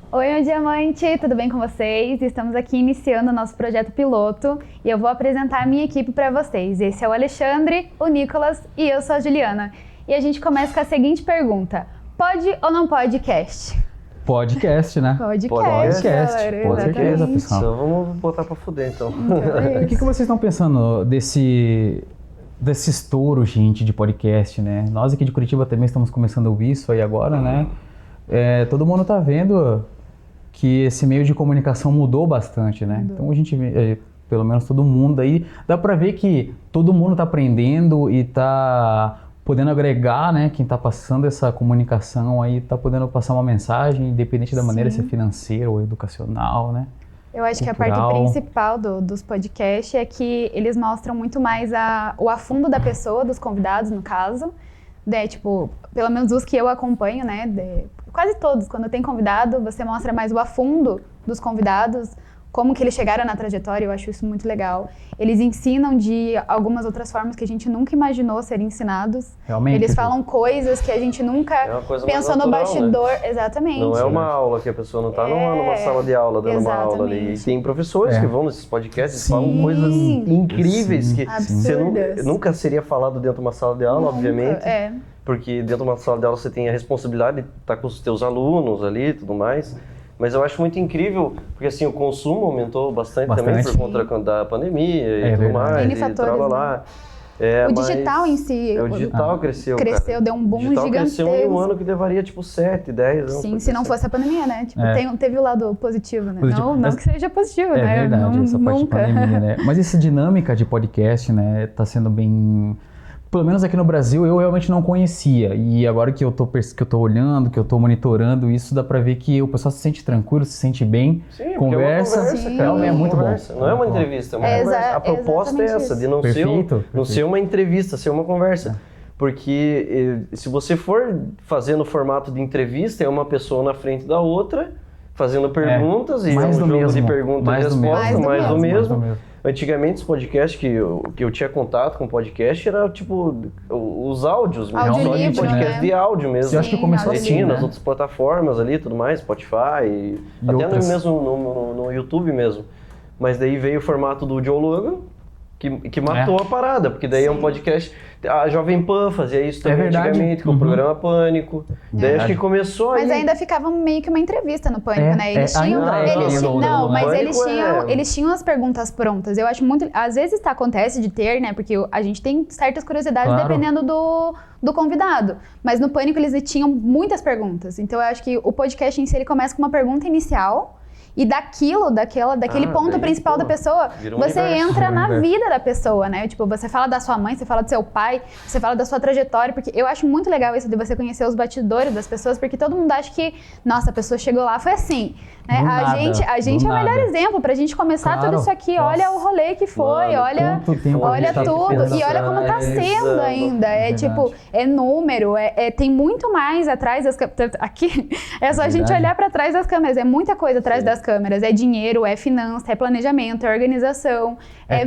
Oi, Diamante, tudo bem com vocês? Estamos aqui iniciando o nosso projeto piloto e eu vou apresentar a minha equipe para vocês. Esse é o Alexandre, o Nicolas e eu sou a Juliana. E a gente começa com a seguinte pergunta: pode ou não pode cast? Podcast, né? Podcast, galera, com certeza, pessoal. Então vamos botar pra fuder, então. O que vocês estão pensando desse estouro, gente, de podcast, né? Nós aqui de Curitiba também estamos começando a ouvir isso aí agora, né? Todo mundo tá vendo que esse meio de comunicação mudou bastante, né? Então a gente vê, pelo menos todo mundo aí, dá pra ver que todo mundo tá aprendendo e tá podendo agregar, né? Quem tá passando essa comunicação aí tá podendo passar uma mensagem, independente da maneira, se é financeira ou educacional, né? Eu acho que a parte principal dos podcasts é que eles mostram muito mais o afundo da pessoa, dos convidados, no caso. Tipo, pelo menos os que eu acompanho, né? Quase todos, quando tem convidado, você mostra mais o afundo dos convidados, como que eles chegaram na trajetória, eu acho isso muito legal. Eles ensinam de algumas outras formas que a gente nunca imaginou serem ensinados. Realmente. Eles falam coisas que a gente nunca pensou no bastidor. Né? Exatamente. Não é uma aula que a pessoa não está numa sala de aula dando uma aula ali. E tem professores que vão nesses podcasts e falam coisas incríveis que você nunca seria falado dentro de uma sala de aula, obviamente. Porque dentro de uma sala de aula você tem a responsabilidade de estar com os teus alunos ali e tudo mais. Mas eu acho muito incrível, porque assim, o consumo aumentou bastante. Também por conta da pandemia e tudo mais. N fatores, o digital em si. O digital cresceu, deu um boom gigantesco. O digital cresceu em um ano que levaria tipo 7, 10 anos. Sim, se não fosse a pandemia, né? Tipo, teve o lado positivo, né? Não que seja positivo, né? É verdade, essa parte da pandemia, né? Mas essa dinâmica de podcast, né, tá sendo bem... Pelo menos aqui no Brasil, eu realmente não conhecia. E agora que eu tô olhando, que eu tô monitorando isso, dá pra ver que o pessoal se sente tranquilo, se sente bem, conversa. É muito bom. Não é uma entrevista, mas a proposta é essa, de não ser uma entrevista, ser uma conversa. Porque se você for fazer no formato de entrevista, é uma pessoa na frente da outra, fazendo perguntas, e é um jogo de pergunta e resposta, mais do mesmo. Antigamente, os podcasts que eu tinha contato com podcast era tipo os áudios, realmente, podcast de áudio mesmo. Eu acho que começou assim, nas outras plataformas ali, tudo mais, Spotify, até mesmo no YouTube mesmo. Mas daí veio o formato do Joe Rogan, que matou a parada, porque daí é um podcast... A Jovem Pan fazia isso também antigamente, com o programa Pânico. Daí acho que começou aí... Mas ainda ficava meio que uma entrevista no Pânico, né? Eles tinham as perguntas prontas. Eu acho muito... Às vezes acontece de ter, né? Porque a gente tem certas curiosidades dependendo do convidado. Mas no Pânico eles tinham muitas perguntas. Então eu acho que o podcast em si, ele começa com uma pergunta inicial. E daquele ponto principal da pessoa, você entra na vida da pessoa, né? Tipo, você fala da sua mãe, você fala do seu pai, você fala da sua trajetória, porque eu acho muito legal isso de você conhecer os bastidores das pessoas, porque todo mundo acha que, nossa, a pessoa chegou lá, foi assim, né? A gente é o melhor exemplo pra gente começar tudo isso aqui, olha o rolê que foi, olha tudo, e olha como tá sendo ainda, tipo, é número, tem muito mais atrás das câmeras, aqui, é só a gente olhar pra trás das câmeras, é muita coisa atrás das câmeras, é dinheiro, é finança, é planejamento, é organização, é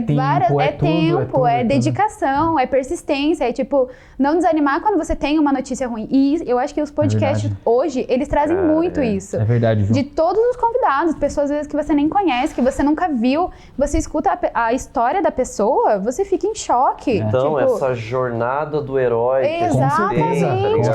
dedicação, é persistência, é tipo, não desanimar quando você tem uma notícia ruim. E eu acho que os podcasts hoje, eles trazem muito isso. É verdade, Ju. De todos os convidados, pessoas às vezes que você nem conhece, que você nunca viu, você escuta a história da pessoa, você fica em choque. Então, essa jornada do herói. Exatamente.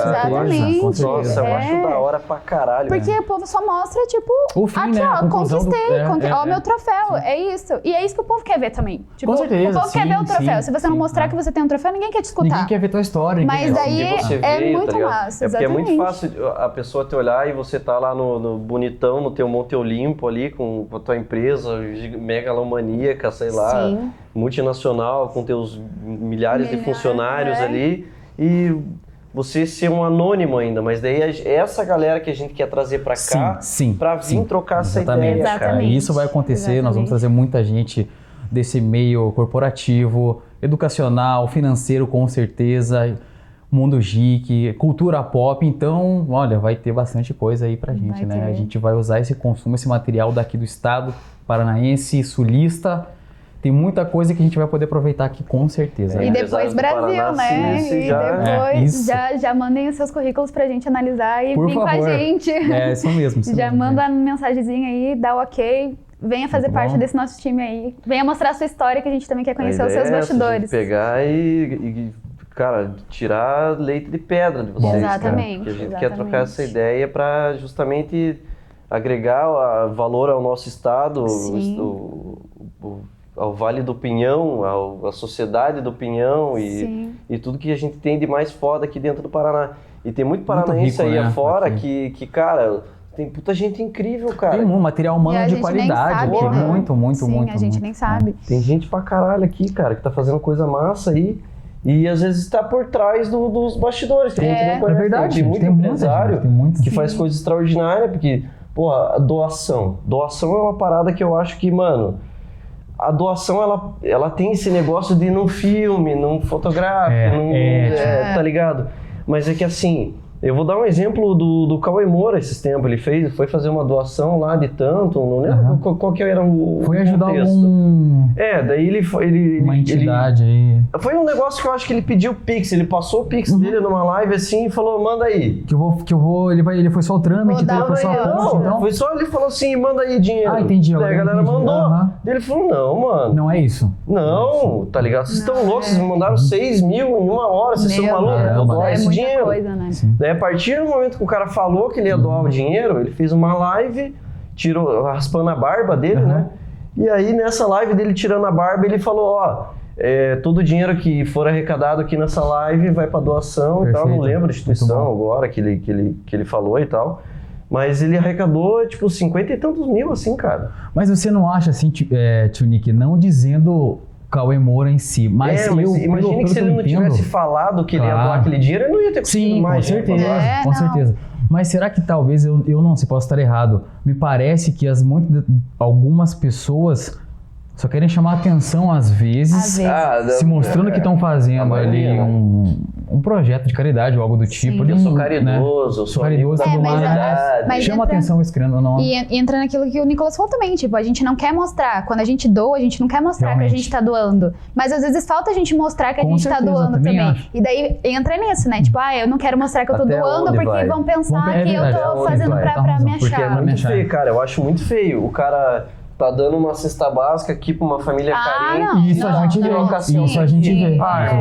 Nossa, eu acho da hora pra caralho. Porque o povo só mostra, tipo, o fim, aqui, né? conquistei, ó, meu troféu, é isso. E é isso que o povo quer ver também. Tipo, com certeza, o povo quer ver o troféu. Se você não mostrar que você tem um troféu, ninguém quer te escutar. Ninguém quer ver tua história. Mas daí é muito massa, exatamente. É porque é muito fácil a pessoa te olhar e você tá lá no bonitão, no teu Monte Olimpo ali, com a tua empresa megalomaníaca, sei lá, multinacional, com teus milhares de funcionários ali, e você ser um anônimo ainda, mas daí é essa galera que a gente quer trazer pra cá, pra vir trocar essa ideia. Exatamente. E isso vai acontecer, nós vamos trazer muita gente desse meio corporativo, educacional, financeiro, com certeza, mundo geek, cultura pop. Então, olha, vai ter bastante coisa aí pra gente, né? A gente vai usar esse consumo, esse material daqui do estado paranaense, sulista, tem muita coisa que a gente vai poder aproveitar aqui com certeza. E depois Brasil, né? E depois já mandem os seus currículos pra gente analisar e vir com a gente. É, isso mesmo. Já manda uma mensagenzinha aí, dá o ok. Venha fazer parte desse nosso time aí. Venha mostrar a sua história, que a gente também quer conhecer os seus bastidores. Pegar e, cara, tirar leite de pedra de vocês. Exatamente. Porque a gente quer trocar essa ideia para justamente agregar valor ao nosso estado, ao Vale do Pinhão, à sociedade do Pinhão e tudo que a gente tem de mais foda aqui dentro do Paraná. E tem muito paranaense aí afora que, cara... Tem puta gente incrível, cara. Tem um material humano de qualidade. Sabe, né? Muito. Sim, a gente nem sabe. Tem gente pra caralho aqui, cara, que tá fazendo coisa massa aí. E às vezes tá por trás dos bastidores. Tem gente que não conhece. É verdade. Tem muito empresário que faz coisa extraordinária. Porque, pô, a doação. Doação é uma parada que eu acho que, mano... A doação, ela tem esse negócio de não filme, não fotográfico, tá ligado? Mas é que assim... Eu vou dar um exemplo do Cauê Moura esses tempos. Ele foi fazer uma doação lá de tanto, não lembro qual que era o Foi ajudar algum... daí ele uma entidade aí. Foi um negócio que eu acho que ele pediu o Pix. Ele passou o Pix dele numa live assim e falou, manda aí. Que eu vou... Ele foi só o trâmite, ele foi só a ponte, então? Foi só ele falou assim, manda aí dinheiro. Ah, entendi. Daí a galera mandou. Daí ele falou, não, mano. Não é isso. Não, tá ligado? Vocês estão loucos, vocês me mandaram 6 mil em uma hora, vocês são malucos. Eu dou esse dinheiro. Coisa, né? Daí a partir do momento que o cara falou que ele ia doar o dinheiro, ele fez uma live, raspando a barba dele, né? E aí nessa live dele tirando a barba, ele falou, todo o dinheiro que for arrecadado aqui nessa live vai pra doação e tal. Não lembro a instituição agora que ele falou e tal. Mas ele arrecadou, tipo, 50 e tantos mil, assim, cara. Mas você não acha, assim, Tio Nick, não dizendo Cauê Moura em si, mas imagine que se ele não tivesse falado que ele ia doar aquele dinheiro, ele não ia ter conseguido mais. Sim, com certeza. Mas será que talvez, eu não sei, posso estar errado, me parece que algumas pessoas só querem chamar atenção às vezes, se mostrando que estão fazendo ali um projeto de caridade ou algo do tipo. Eu sou caridoso, sou caridoso, mas chama atenção isso, querendo ou não. E entra naquilo que o Nicolas falou também, tipo, a gente não quer mostrar, quando a gente doa, a gente não quer mostrar que a gente tá doando, mas às vezes falta a gente mostrar que a gente tá doando também. E daí entra nisso, né, tipo, eu não quero mostrar que eu tô doando porque vão pensar que eu tô fazendo pra me achar. Porque é muito feio, cara, eu acho muito feio o cara... Tá dando uma cesta básica aqui pra uma família carente. Isso a gente vê.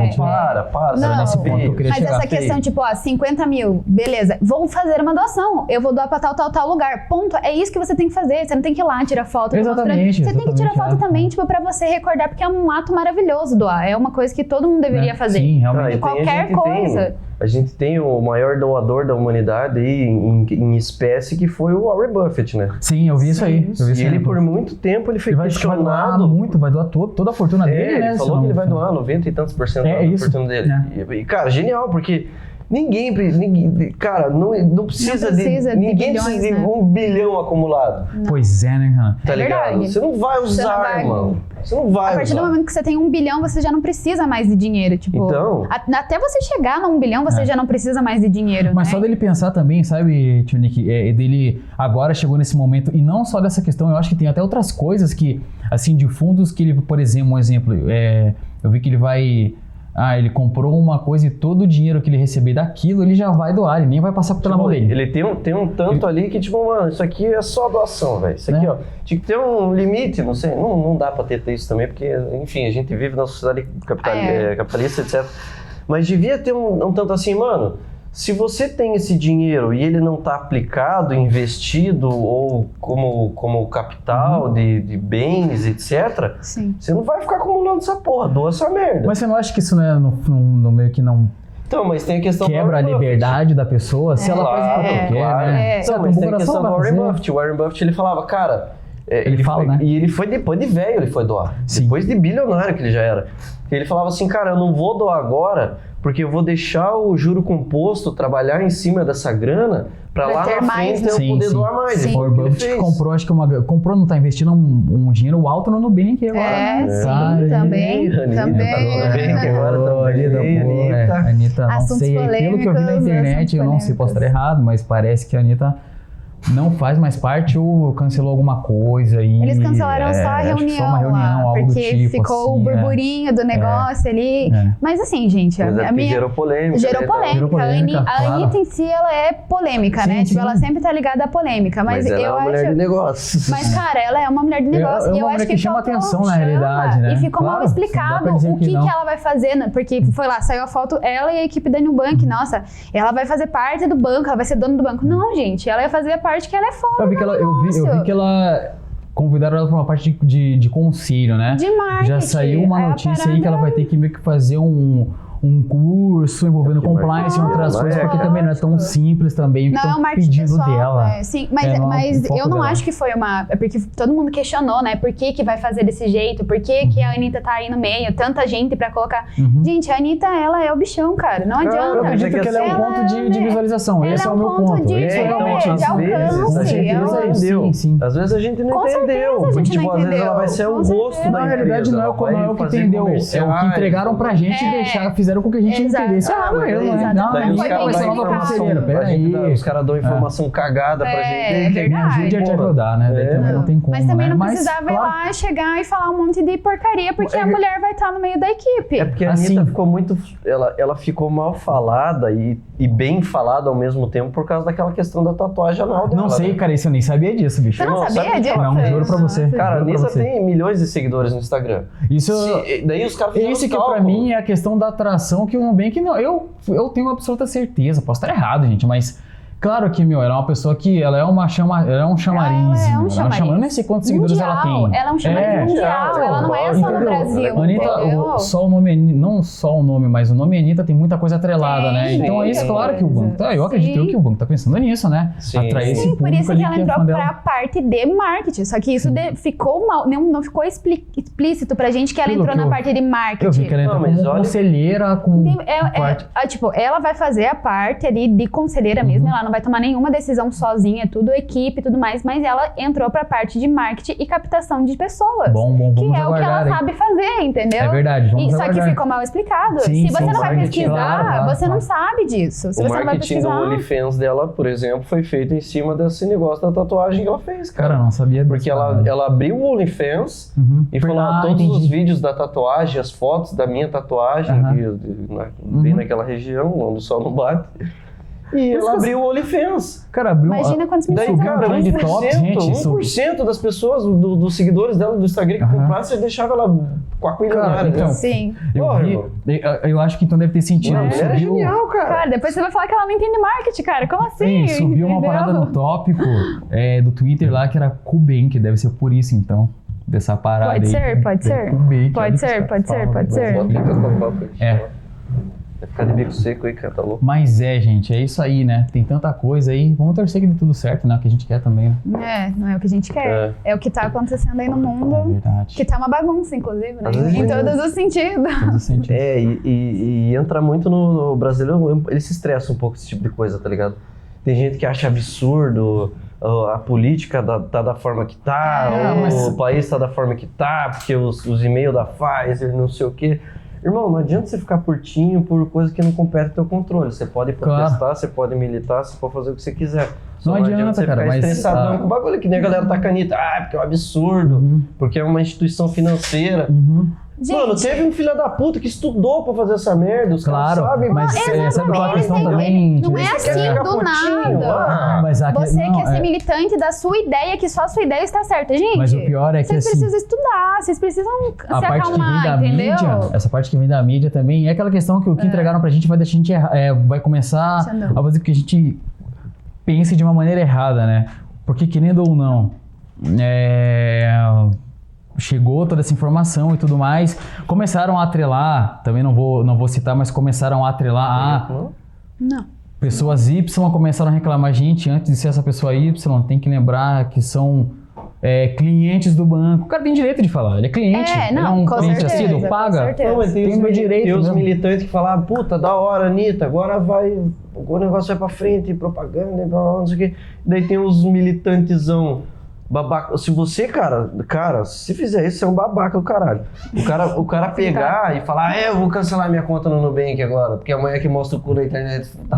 Para. Não, nesse ponto eu queria chegar. Mas essa questão, tipo, 50 mil, beleza. Vão fazer uma doação. Eu vou doar pra tal lugar. Ponto. É isso que você tem que fazer. Você não tem que ir lá tirar foto. Exatamente. Você tem que tirar foto também, tipo, pra você recordar, porque é um ato maravilhoso doar. É uma coisa que todo mundo deveria fazer. Sim, realmente. Qualquer coisa. A gente tem o maior doador da humanidade aí, em espécie, que foi o Warren Buffett, né? Sim, eu vi isso aí. E ele, por muito tempo, ele foi questionado. Vai doar toda a fortuna dele, né? Ele falou que ele vai doar 90 e tantos % da fortuna dele. E, cara, genial, porque ninguém cara, não precisa de ninguém precisa de 1 bilhão acumulado. Não. Pois é, né, cara? Tá ligado? Você não vai usar, mano. Você não vai usar. A partir do momento que você tem 1 bilhão, você já não precisa mais de dinheiro, tipo... Então... Até você chegar no 1 bilhão, você já não precisa mais de dinheiro, Mas só dele pensar também, sabe, Tio Nick, dele agora chegou nesse momento, e não só dessa questão, eu acho que tem até outras coisas que, assim, de fundos que ele, por exemplo, eu vi que ele vai... ele comprou uma coisa e todo o dinheiro que ele receber daquilo, ele já vai doar, ele nem vai passar pela mão dele. Ele tem um tanto ali que, tipo, mano, isso aqui é só doação, velho. Isso aqui, tinha que ter um limite, não sei, não dá pra ter isso também, porque, enfim, a gente vive numa sociedade capitalista, etc. Mas devia ter um tanto assim, mano, se você tem esse dinheiro e ele não tá aplicado, investido ou como capital de bens, etc., você não vai ficar acumulando essa porra, doa essa merda. Mas você não acha que isso não é no meio que não... Então, mas tem a questão quebra a liberdade da pessoa, se ela faz o que ela quer, né? Não, mas tem a questão do Warren Buffett. O Warren Buffett, ele falava, cara... Ele fala, né? E ele foi depois de velho, ele foi doar. Sim. Depois de bilionário que ele já era. Ele falava assim, cara, eu não vou doar agora, porque eu vou deixar o juro composto trabalhar em cima dessa grana pra lá na frente eu poder doar mais. O Warren Buffett comprou, acho que não tá investindo um dinheiro alto no Nubank agora. Também. Anitta, não sei, pelo que eu vi na internet, eu não sei, posso estar errado, mas parece que a Anitta não faz mais parte ou cancelou alguma coisa e... Eles cancelaram só a reunião, só uma reunião, lá, algo porque do tipo, ficou assim, o burburinho do negócio ali. Mas assim, gente, a minha... Gerou polêmica. Gerou polêmica. A Anitta em si, ela é polêmica, sim, né? Tipo, ela sempre tá ligada à polêmica. Mas ela é uma mulher de negócios. Mas, cara, ela é uma mulher de negócio. E eu acho que chama atenção na realidade, né? E ficou mal explicado o que ela vai fazer, né? Porque foi lá, saiu a foto, ela e a equipe da Nubank. Nossa, ela vai fazer parte do banco, ela vai ser dona do banco. Não, gente, ela ia fazer a parte que ela é foda. Eu vi que ela convidaram ela para uma parte de conselho, né? De marketing. Já saiu uma notícia aí que ela vai ter que meio que fazer um curso envolvendo compliance e outras coisas, porque também não é tão simples também o que estão pedindo pessoal, dela. Né? Sim, mas eu não acho que foi uma... É porque todo mundo questionou, né? Por que vai fazer desse jeito? Por que a Anitta tá aí no meio? Tanta gente pra colocar... Gente, a Anitta, ela é o bichão, cara. Não adianta. Eu acredito que ela é um ponto de visualização. Esse é o meu ponto. Esse é realmente de alcance. A gente não entendeu. Às vezes a gente não entendeu. Porque, tipo, às vezes ela vai ser o rosto da empresa. Na realidade, não é o que entendeu. É o que entregaram pra gente e deixaram, fizeram com que a gente entendesse. Os caras dão informação cagada pra gente. É me ajude a te ajudar, né? Daí também não tem como. Mas também não precisava ir lá, chegar e falar um monte de porcaria, porque a mulher vai estar no meio da equipe. É porque a Anitta ficou muito... Ela ficou mal falada e bem falada ao mesmo tempo por causa daquela questão da tatuagem anal dela. Não sei, cara, isso eu nem sabia disso, bicho. Você não sabia disso? Não, juro pra você. Cara, a Anitta tem milhões de seguidores no Instagram. Daí os caras fizeram esse que pra mim é a questão da atração que o Nubank não... Eu tenho absoluta certeza, posso estar errado, gente, mas... Claro que, ela é uma pessoa que, ela é um chamariz. Ela é um chamariz. Eu nem sei quantos seguidores ela tem. Ela é um chamariz mundial, ela não é só no Brasil, Anitta, só o nome, não só o nome, mas o nome Anitta tem muita coisa atrelada, né? Então é isso, claro que o banco, eu acredito que o banco tá pensando nisso, né? Atrair esse público. Por isso que ela entrou pra parte de marketing, só que isso ficou mal, não ficou explícito pra gente que ela entrou na parte de marketing. Eu vi que ela entrou como conselheira, tipo, ela vai fazer a parte ali de conselheira mesmo, ela não vai tomar nenhuma decisão sozinha, é tudo equipe e tudo mais, mas ela entrou pra parte de marketing e captação de pessoas. Bom, que é o que ela sabe fazer, entendeu? É verdade, vamos Só que ficou mal explicado. Se você não vai pesquisar, você não sabe disso. Se o você não vai pesquisar... marketing do OnlyFans dela, por exemplo, foi feito em cima desse negócio da tatuagem que ela fez, cara. Cara, não sabia disso. Porque ela abriu o OnlyFans e falou todos os vídeos da tatuagem, as fotos da minha tatuagem, bem naquela região, onde o sol não bate. E ela abriu o OnlyFans. Cara, abriu... Imagina quantos milhões cara, 1% das pessoas, dos seguidores dela do Instagram que compraram, você deixava ela com a cuidadora. Então, sim. Eu acho que então deve ter sentido. Ela é genial, cara. Cara, depois você vai falar que ela não entende marketing, cara. Como assim? Sim, subiu uma parada no tópico do Twitter lá que era Kuben, que deve ser por isso, então. Dessa parada pode aí. Pode ser. Vai ficar de bico seco aí, cara, tá louco? Mas gente, é isso aí, né? Tem tanta coisa aí. Vamos torcer que dê tudo certo, né? O que a gente quer também, né? Não é o que a gente quer. É o que tá acontecendo aí no mundo. É verdade. Que tá uma bagunça, inclusive, né? Em todos os sentidos. E entra muito no brasileiro, ele se estressa um pouco esse tipo de coisa, tá ligado? Tem gente que acha absurdo a política tá da forma que tá, o país tá da forma que tá, porque os e-mails da Pfizer, não sei o quê. Irmão, não adianta você ficar putinho por coisa que não compete ao teu controle. Você pode protestar, você pode militar, você pode fazer o que você quiser. Não adianta, você cara, ficar estressadão com o bagulho, que nem a galera tá canita. Porque é um absurdo, porque é uma instituição financeira. Gente, mano, teve um filho da puta que estudou pra fazer essa merda, os caras sabem. Mas sabe qual a questão também? Não é assim do nada. Você quer ser militante da sua ideia, que só a sua ideia está certa, gente. Mas o pior é que vocês precisam estudar, vocês precisam se acalmar, entendeu? Essa parte que vem da mídia também é aquela questão que o que entregaram pra gente vai deixar a gente vai começar a fazer com que a gente pense de uma maneira errada, né? Porque querendo ou não, chegou toda essa informação e tudo mais, começaram a atrelar, também não vou citar, mas começaram a atrelar pessoas Y, começaram a reclamar, gente, antes de ser essa pessoa Y, tem que lembrar que são clientes do banco. O cara tem direito de falar, ele é cliente, ele é um cliente assíduo, paga, tem o meu direito. Tem os militantes que falavam, puta, da hora, Anitta, agora o negócio vai pra frente, propaganda, não sei o quê. Daí tem os militantezão, babaca. Se você, cara, se fizer isso, você é um babaca do caralho. O cara pegar e falar, eu vou cancelar minha conta no Nubank agora, porque a mulher que mostra o cu na internet tá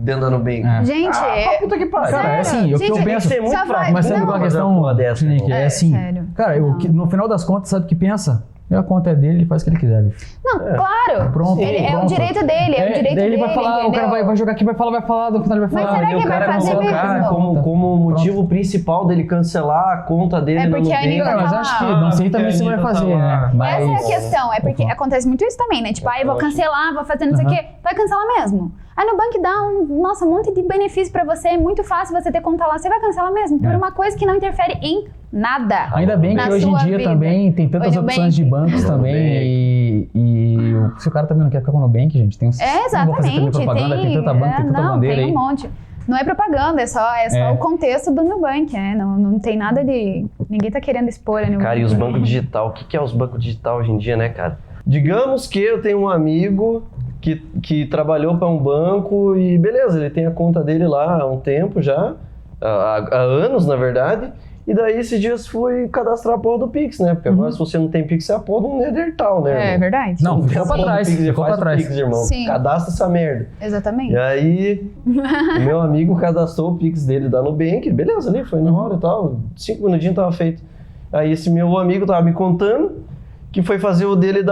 dentro da Nubank. Gente, puta que pariu. Cara, é assim, o que eu penso... Mas sabe qual a questão, Nick? É assim, cara, no final das contas, sabe o que pensa? A conta é dele, ele faz o que ele quiser. Não, claro. Pronto. É o direito dele, é o direito dele. Ele vai falar, o cara vai jogar aqui, vai falar, no final ele vai falar. Mas será que vai fazer mesmo? Como motivo principal dele cancelar a conta dele no Nubank. Mas acho que não sei também se vai fazer, né? Essa é a questão, é porque acontece muito isso também, né? Tipo, eu vou cancelar, vou fazer não sei o quê. Vai cancelar mesmo. Aí no Nubank dá um monte de benefício pra você, é muito fácil você ter conta lá. Você vai cancelar mesmo, por uma coisa que não interfere em nada. Ainda bem que hoje em dia também tem tantas opções de bancos também e se o cara também não quer ficar com o Nubank, gente, tem exatamente. Não vou fazer também propaganda, tem tanta banca, tem tanta bandeira aí. Tem um monte. Não é propaganda, é só o contexto do Nubank, né? Não tem nada de... Ninguém tá querendo expor a Nubank. Cara, e os bancos digital? O que é os bancos digital hoje em dia, né, cara? Digamos que eu tenho um amigo que trabalhou para um banco e beleza, ele tem a conta dele lá há um tempo já, há anos, na verdade, e daí esses dias fui cadastrar a porra do Pix, né? Porque agora se você não tem Pix, é a porra do Neandertal, né, irmão? É verdade. Não, ficou pra trás. Ficou pra trás. Pix, irmão. Sim. Cadastra essa merda. Exatamente. E aí, o meu amigo cadastrou o Pix dele da Nubank, beleza, ali, foi na hora e tal, 5 minutinhos tava feito. Aí esse meu amigo tava me contando que foi fazer o dele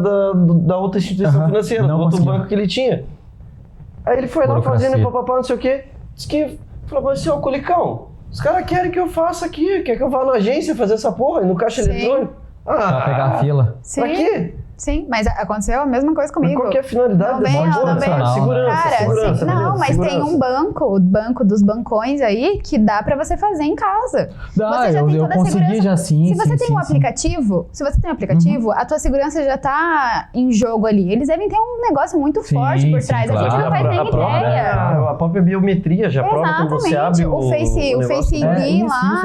da outra instituição financeira, do outro banco que ele tinha. Aí ele foi lá fazendo papapá, não sei o quê. Diz que, falou, mas senhor Colicão, os caras querem que eu faça aqui, quer que eu vá na agência fazer essa porra, no caixa eletrônico. Pra pegar a fila. Sim. Pra quê? Sim, mas aconteceu a mesma coisa comigo. Mas qual que é a finalidade dessa porra? Segurança. Não, mas tem um banco, o banco dos bancões aí, que dá pra você fazer em casa. Dá, eu consegui já sim. Se você tem um aplicativo, a tua segurança já tá em jogo ali. Eles devem ter um negócio muito forte por trás. A gente não vai ter ideia. A própria biometria já prova que você abre o Face ID lá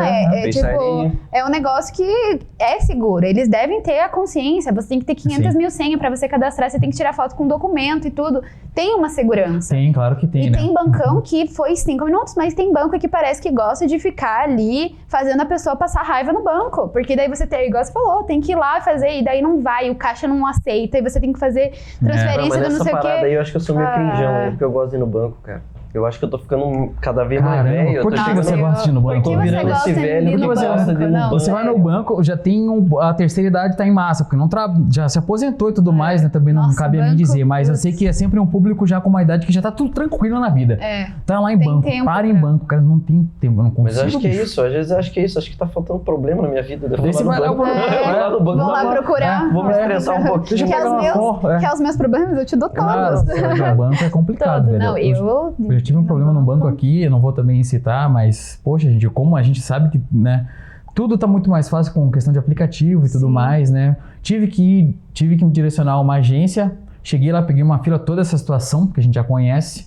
é um negócio que é seguro. Eles devem ter a consciência. Você tem que ter 500 mil senhas pra você cadastrar, você tem que tirar foto com documento e tudo. Tem uma segurança. Tem, claro que tem, E tem bancão que foi 5 minutos, mas tem banco que parece que gosta de ficar ali fazendo a pessoa passar raiva no banco. Porque daí você tem, igual você falou, tem que ir lá fazer e daí não vai, o caixa não aceita e você tem que fazer transferência do não sei o quê. Aí eu acho que eu sou meio crinjão, né? Porque eu gosto de ir no banco, cara. Eu acho que eu tô ficando cada vez mais velho. Por que você gosta de ir no banco? Eu tô virando esse velho que gosta de ir no banco. Você vai no banco, já tem a terceira idade tá em massa, porque já se aposentou e tudo mais, né? Também não cabe a mim dizer, mas eu sei que é sempre um público já com uma idade que já tá tudo tranquilo na vida. Tá lá em banco, para em banco, cara, não tem tempo, eu não consigo. Mas eu acho que é isso, às vezes eu acho que é isso, acho que tá faltando problema na minha vida. Você vai lá no banco. Vou lá procurar. Vou me estressar um pouquinho. Quer os meus problemas? Eu te dou todos. O banco é complicado, velho. Não, eu já tive um problema no banco aqui, eu não vou também citar, mas, poxa, gente, como a gente sabe que, né, tudo tá muito mais fácil com questão de aplicativo e tudo mais, né? Tive que me direcionar a uma agência, cheguei lá, peguei uma fila, toda essa situação, que a gente já conhece,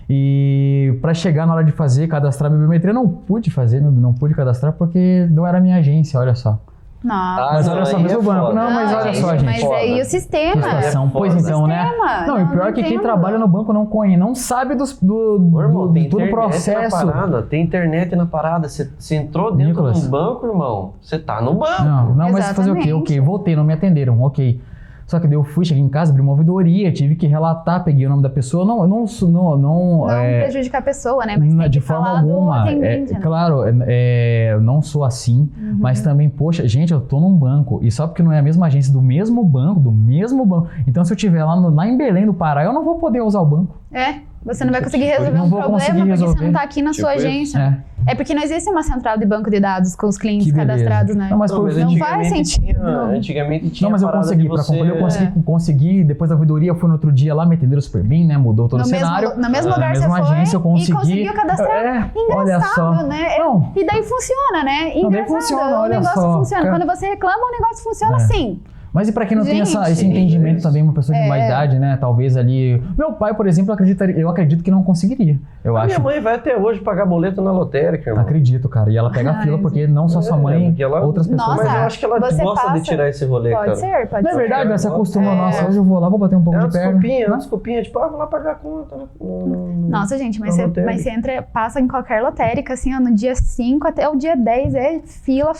e para chegar na hora de cadastrar minha biometria, não pude cadastrar porque não era minha agência, olha só. Nossa. Mas olha só, mesmo banco. Não, mas olha só, gente. Mas aí o sistema. Pois então, né? Não, e o pior é que quem trabalha no banco não sabe do todo o processo. Tem internet na parada. Você entrou dentro do banco, irmão. Você tá no banco. Não, mas fazer o quê? Ok, voltei, não me atenderam, ok. Só que daí eu cheguei em casa, abri uma ouvidoria, tive que relatar, peguei o nome da pessoa. Não prejudicar a pessoa, né? Mas tem de que forma falar alguma. Do atendente, claro, eu não sou assim, mas também, poxa, gente, eu tô num banco, e só porque não é a mesma agência do mesmo banco, então se eu estiver lá em Belém do Pará, eu não vou poder usar o banco. Você não vai conseguir resolver um problema porque você não tá aqui na sua agência. É porque não existe uma central de banco de dados com os clientes cadastrados, né? Não, mas não faz sentido. Antigamente tinha. Não, mas eu consegui. Eu consegui, depois da ouvidoria, eu fui no outro dia lá, me atenderam super bem, né? Mudou todo o cenário. No mesmo lugar você foi agência, eu consegui. E conseguiu cadastrar. Engraçado, olha só. Né? E daí funciona, né? Engraçado, o negócio funciona. Quando você reclama, o negócio funciona assim. Mas e pra quem não tem esse entendimento também, uma pessoa de uma idade, né? Talvez ali... Meu pai, por exemplo, eu acredito que não conseguiria. Minha mãe vai até hoje pagar boleto na lotérica, irmão. Acredito, cara. E ela pega a fila porque não só sua mãe, outras pessoas. Nossa, mas eu acho que ela gosta de tirar esse rolê, cara. Pode ser. Não é verdade, ela se acostuma. Nossa, hoje eu vou lá, vou bater um pouco de perna. Uma desculpinha, tipo, vou lá pagar a conta. Nossa, gente, mas você passa em qualquer lotérica, assim, no dia 5 até o dia 10, fila.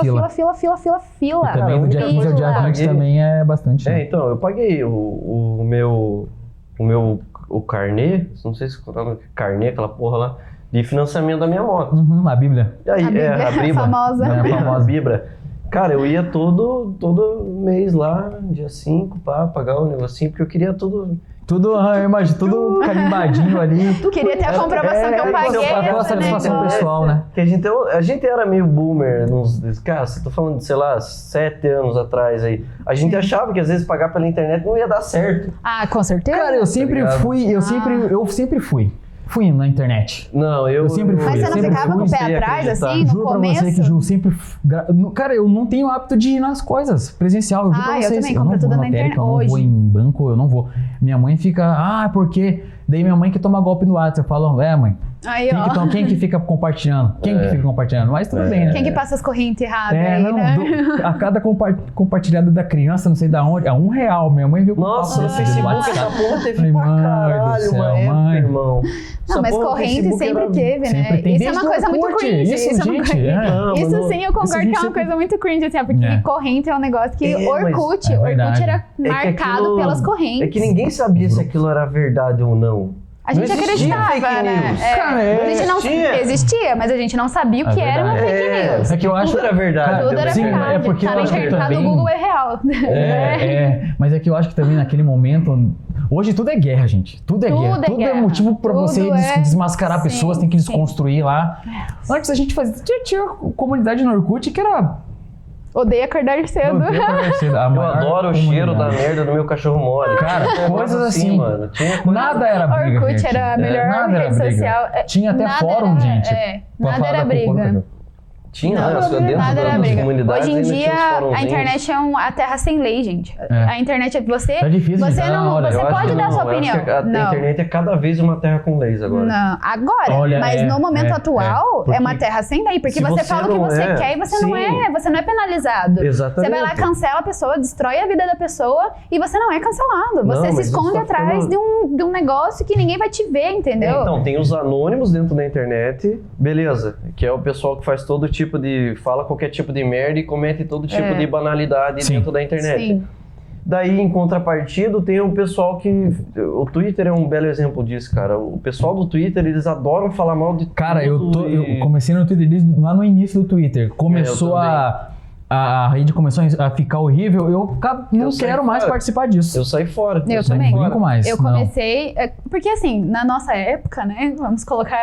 E também do dia 15 ao dia 20 também é bastante. Então, eu paguei o meu o carnê, não sei se é carnê, aquela porra lá, de financiamento da minha moto. A Bíblia. Aí, a Bíblia famosa. A Bíblia. Cara, eu ia todo mês lá, dia 5, pra pagar o negocinho, porque eu queria tudo... Eu imagino, tudo carimbadinho ali. Queria ter a comprovação que eu paguei. Pra satisfação pessoal, né? Que a gente era meio boomer, cara, você tá falando de, sei lá, 7 anos atrás aí. A gente achava que às vezes pagar pela internet não ia dar certo. Ah, com certeza. Cara, eu sempre fui. Fui na internet. Não, eu sempre fui. Mas você não ficava com o pé atrás, assim, no começo? Pra você que Ju, sempre... Cara, eu não tenho hábito de ir nas coisas, presencial. Eu juro pra vocês. Eu também compro tudo na internet. Eu não vou em banco, eu não vou. Minha mãe fica, porque... Daí minha mãe que toma golpe no WhatsApp. Eu falo, mãe, aí, quem que fica compartilhando? Quem que fica compartilhando? Mas tudo bem, né? Quem que passa as correntes erradas aí, né? A cada compartilhada da criança, não sei da onde, é R$1. Minha mãe viu com Nossa, no Facebook essa porra teve pra caralho, uma época, irmão. Não, mas corrente sempre teve, né? Isso é uma coisa muito cringe. Isso sim, eu concordo que é uma coisa muito cringe, assim, porque corrente é um negócio que Orkut era marcado pelas correntes. É que ninguém sabia se aquilo era verdade ou não. A gente acreditava, né? A gente não existia, mas a gente não sabia o que era uma fake news. É que eu acho tudo era verdade. Tudo era verdade. É porque eu acho que também... do Google é real. Mas é que eu acho que também naquele momento... Hoje tudo é guerra, gente. Tudo é guerra. Tudo é motivo pra você desmascarar pessoas, tem que desconstruir lá. Antes a gente fazia... Tinha comunidade no Orkut que era... Odeio acordar cedo. Eu adoro o cheiro da merda do meu cachorro mole. Cara, coisas assim. Mano. Nada era briga, Orkut era a melhor rede social. Tinha até fórum, gente. Nada era briga. Tinha, dentro das comunidades. Hoje em dia, a internet é a terra sem lei, gente. A internet, você pode dar sua opinião. A internet é cada vez uma terra com leis agora. Não, agora. Mas no momento atual, é uma terra sem lei. Porque você fala o que você quer e você não é penalizado. Exatamente. Você vai lá, cancela a pessoa, destrói a vida da pessoa e você não é cancelado. Você se esconde atrás de um negócio que ninguém vai te ver, entendeu? Então, tem os anônimos dentro da internet, beleza. Que é o pessoal que faz todo tipo fala qualquer tipo de merda e comete todo tipo de banalidade dentro da internet. Sim. Daí, em contrapartida, tem um pessoal que... O Twitter é um belo exemplo disso, cara. O pessoal do Twitter, eles adoram falar mal de tudo. Cara, eu comecei no Twitter lá no início do Twitter. Começou a rede começou a ficar horrível, eu não quero mais participar disso. Eu saí fora. Eu também. Não brinco mais. Eu comecei... Porque assim, na nossa época, né? Vamos colocar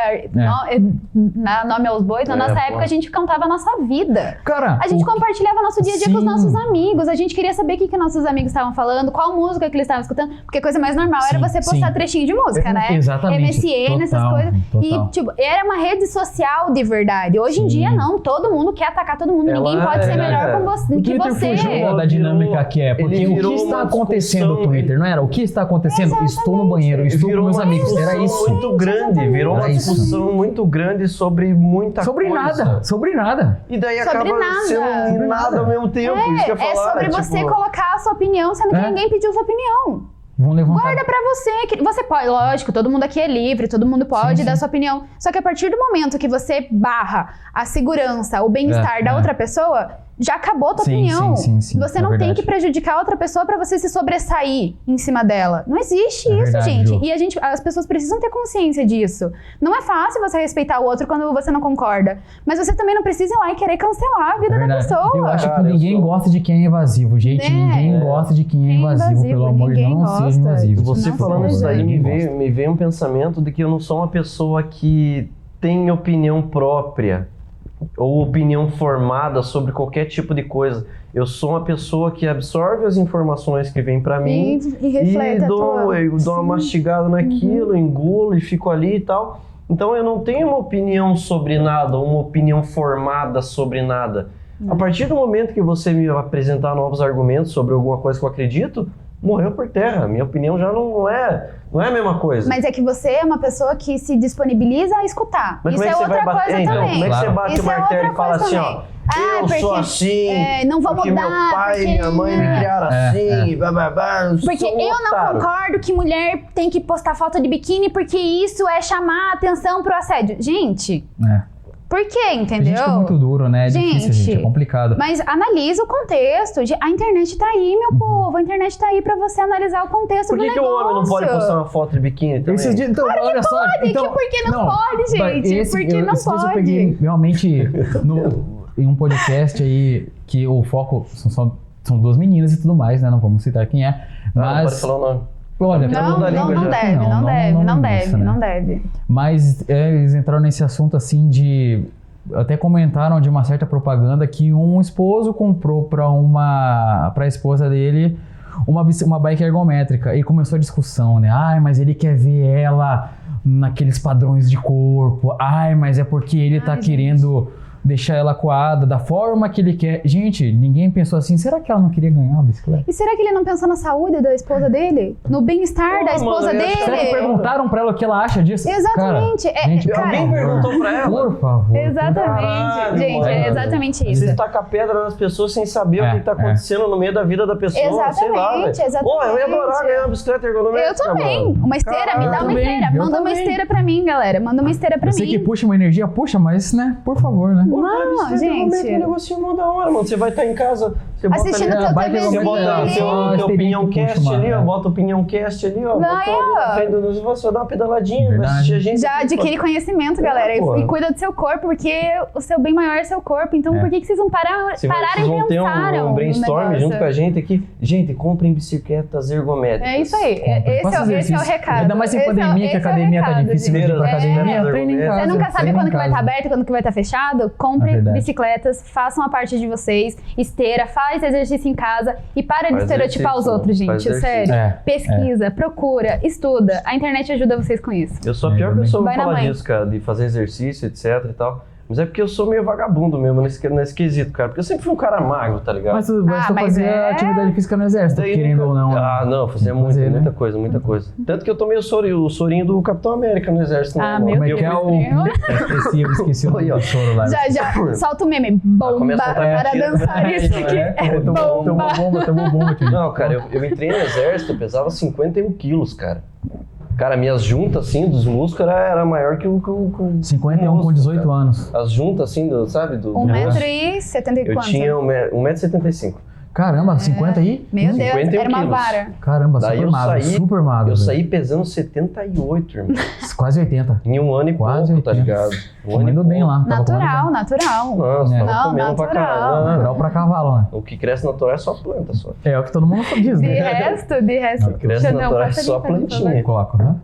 nome aos bois. Na nossa época, a gente contava a nossa vida. Cara, a gente compartilhava nosso dia a dia com os nossos amigos. A gente queria saber o que nossos amigos estavam falando, qual música que eles estavam escutando. Porque a coisa mais normal era você postar trechinho de música, né? Exatamente. MSN, essas coisas. E, tipo, era uma rede social de verdade. Hoje em dia, não. Todo mundo quer atacar todo mundo. Ninguém pode ser melhor com você, que você. Fugiu da dinâmica que é, porque o que está acontecendo no Twitter, não era? O que está acontecendo? Estou no banheiro, estou com meus amigos. Era isso. Muito grande, virou uma discussão muito grande sobre muita coisa. Sobre nada. E daí acaba sendo nada ao mesmo tempo. Isso que eu é sobre você colocar a sua opinião, sendo que ninguém pediu sua opinião. Guarda pra você. Você pode, lógico, todo mundo aqui é livre, todo mundo pode dar sua opinião. Só que a partir do momento que você barra a segurança, o bem-estar da outra pessoa, já acabou a tua opinião. Você não tem que prejudicar outra pessoa pra você se sobressair em cima dela. Não existe isso, gente. Ju. E as pessoas precisam ter consciência disso. Não é fácil você respeitar o outro quando você não concorda. Mas você também não precisa ir lá e querer cancelar a vida da pessoa. Eu acho que ninguém gosta de quem é invasivo, gente. Ninguém gosta de quem é invasivo, pelo amor de Deus. Não seja invasivo. Você falando isso aí, me veio um pensamento de que eu não sou uma pessoa que tem opinião própria ou opinião formada sobre qualquer tipo de coisa. Eu sou uma pessoa que absorve as informações que vêm pra mim e dou uma mastigada naquilo, engulo e fico ali e tal. Então eu não tenho uma opinião sobre nada, uma opinião formada sobre nada. A partir do momento que você me apresentar novos argumentos sobre alguma coisa que eu acredito, morreu por terra. Minha opinião já não é a mesma coisa. Mas é que você é uma pessoa que se disponibiliza a escutar. Mas isso é outra coisa também. Como é que você bate o martelo e fala assim, ó, eu sou assim, não vou porque mudar, meu pai e minha mãe me criaram assim, porque eu não concordo que mulher tem que postar foto de biquíni porque isso é chamar a atenção pro assédio. Gente... Por quê, entendeu? A gente é muito duro, né? É difícil, gente, é complicado. Mas analisa o contexto. A internet tá aí, meu povo. A internet tá aí pra você analisar o contexto do negócio. Por que o homem não pode postar uma foto de biquíni também? Então, claro olha que só, pode. Então, por que não pode, gente? Por que não pode? Eu peguei realmente em um podcast aí que o foco são 2 meninas e tudo mais, né? Não vamos citar quem é. Mas... não pode falar o nome. Olha, não deve. Mas eles entraram nesse assunto assim de... Até comentaram de uma certa propaganda que um esposo comprou para a esposa dele uma bike ergométrica. E começou a discussão, né? Ai, mas ele quer ver ela naqueles padrões de corpo. Ai, mas é porque ele tá querendo... deixar ela coada da forma que ele quer. Gente, ninguém pensou assim, será que ela não queria ganhar a bicicleta? E será que ele não pensou na saúde da esposa dele? No bem-estar da esposa dele? Será que perguntaram pra ela o que ela acha disso? Exatamente. Cara, gente, alguém perguntou pra ela? Por favor. Exatamente. Caralho, gente, é exatamente isso. Você taca pedra nas pessoas sem saber o que tá acontecendo no meio da vida da pessoa. Exatamente, sei lá, exatamente. Pô, eu ia adorar ganhar uma bicicleta ergonômica. Eu também. Mano. Uma esteira, me dá uma esteira. Manda uma esteira pra mim, galera. Manda uma esteira pra mim. Eu sei que puxa uma energia, puxa, mas, né, por favor, né? Não, gente. Um negocinho mó da hora, mano. Você vai estar em casa, você bota assistindo ali, teu TVzinho. você bota teu Opinião Cast ali, ó. Bota o Opinião Cast ali, ó. Você dá uma pedaladinha, vai assistir a gente. Já adquire conhecimento, galera. E cuida do seu corpo, porque o seu bem maior é seu corpo. Então, por que vocês não pararam e pensaram? Vocês vão ter um brainstorm junto com a gente aqui. Gente, comprem bicicletas ergométricas. É isso aí. Esse é o recado. Ainda mais em pandemia, que a academia tá difícil de ir pra academia. Treina em casa. Você nunca sabe quando que vai estar aberto, quando que vai estar fechado? Compre bicicletas, façam a parte de vocês, esteira, faz exercício em casa e para de estereotipar os outros, gente. Sério. Pesquisa, procura, estuda. A internet ajuda vocês com isso. Eu sou a pior pessoa pra falar disso, cara, de fazer exercício, etc e tal. Mas é porque eu sou meio vagabundo mesmo nesse quesito, cara. Porque eu sempre fui um cara magro, tá ligado? Mas tu fazia atividade física no exército, querendo ou não. Não, fazia muita coisa. Tanto que eu tomei o sorinho do Capitão América no exército. Meu Deus. Eu esqueci o soro lá. Já, solta o meme. Bomba para dançar isso aqui. Tomou bomba aqui. Não, cara, eu entrei no exército, eu pesava 51 quilos, cara. Cara, minhas juntas, assim, dos músculos era maior que o... 51 com 18 anos. As juntas, assim, sabe? 1,70m e eu quanto? tinha 1,75m. Caramba, 50 aí? Meu Deus, era uma vara. Caramba, super magro. Eu saí pesando 78, irmão. Quase 80. Em um ano e quase pouco, 80. Tá ligado? Comendo bem lá. Natural. Nossa, tava comendo pra caramba. Natural pra cavalo, né? O que cresce natural é só planta, só. É o que todo mundo diz, né? De resto. O que cresce natural é só plantinha. Coloco, né?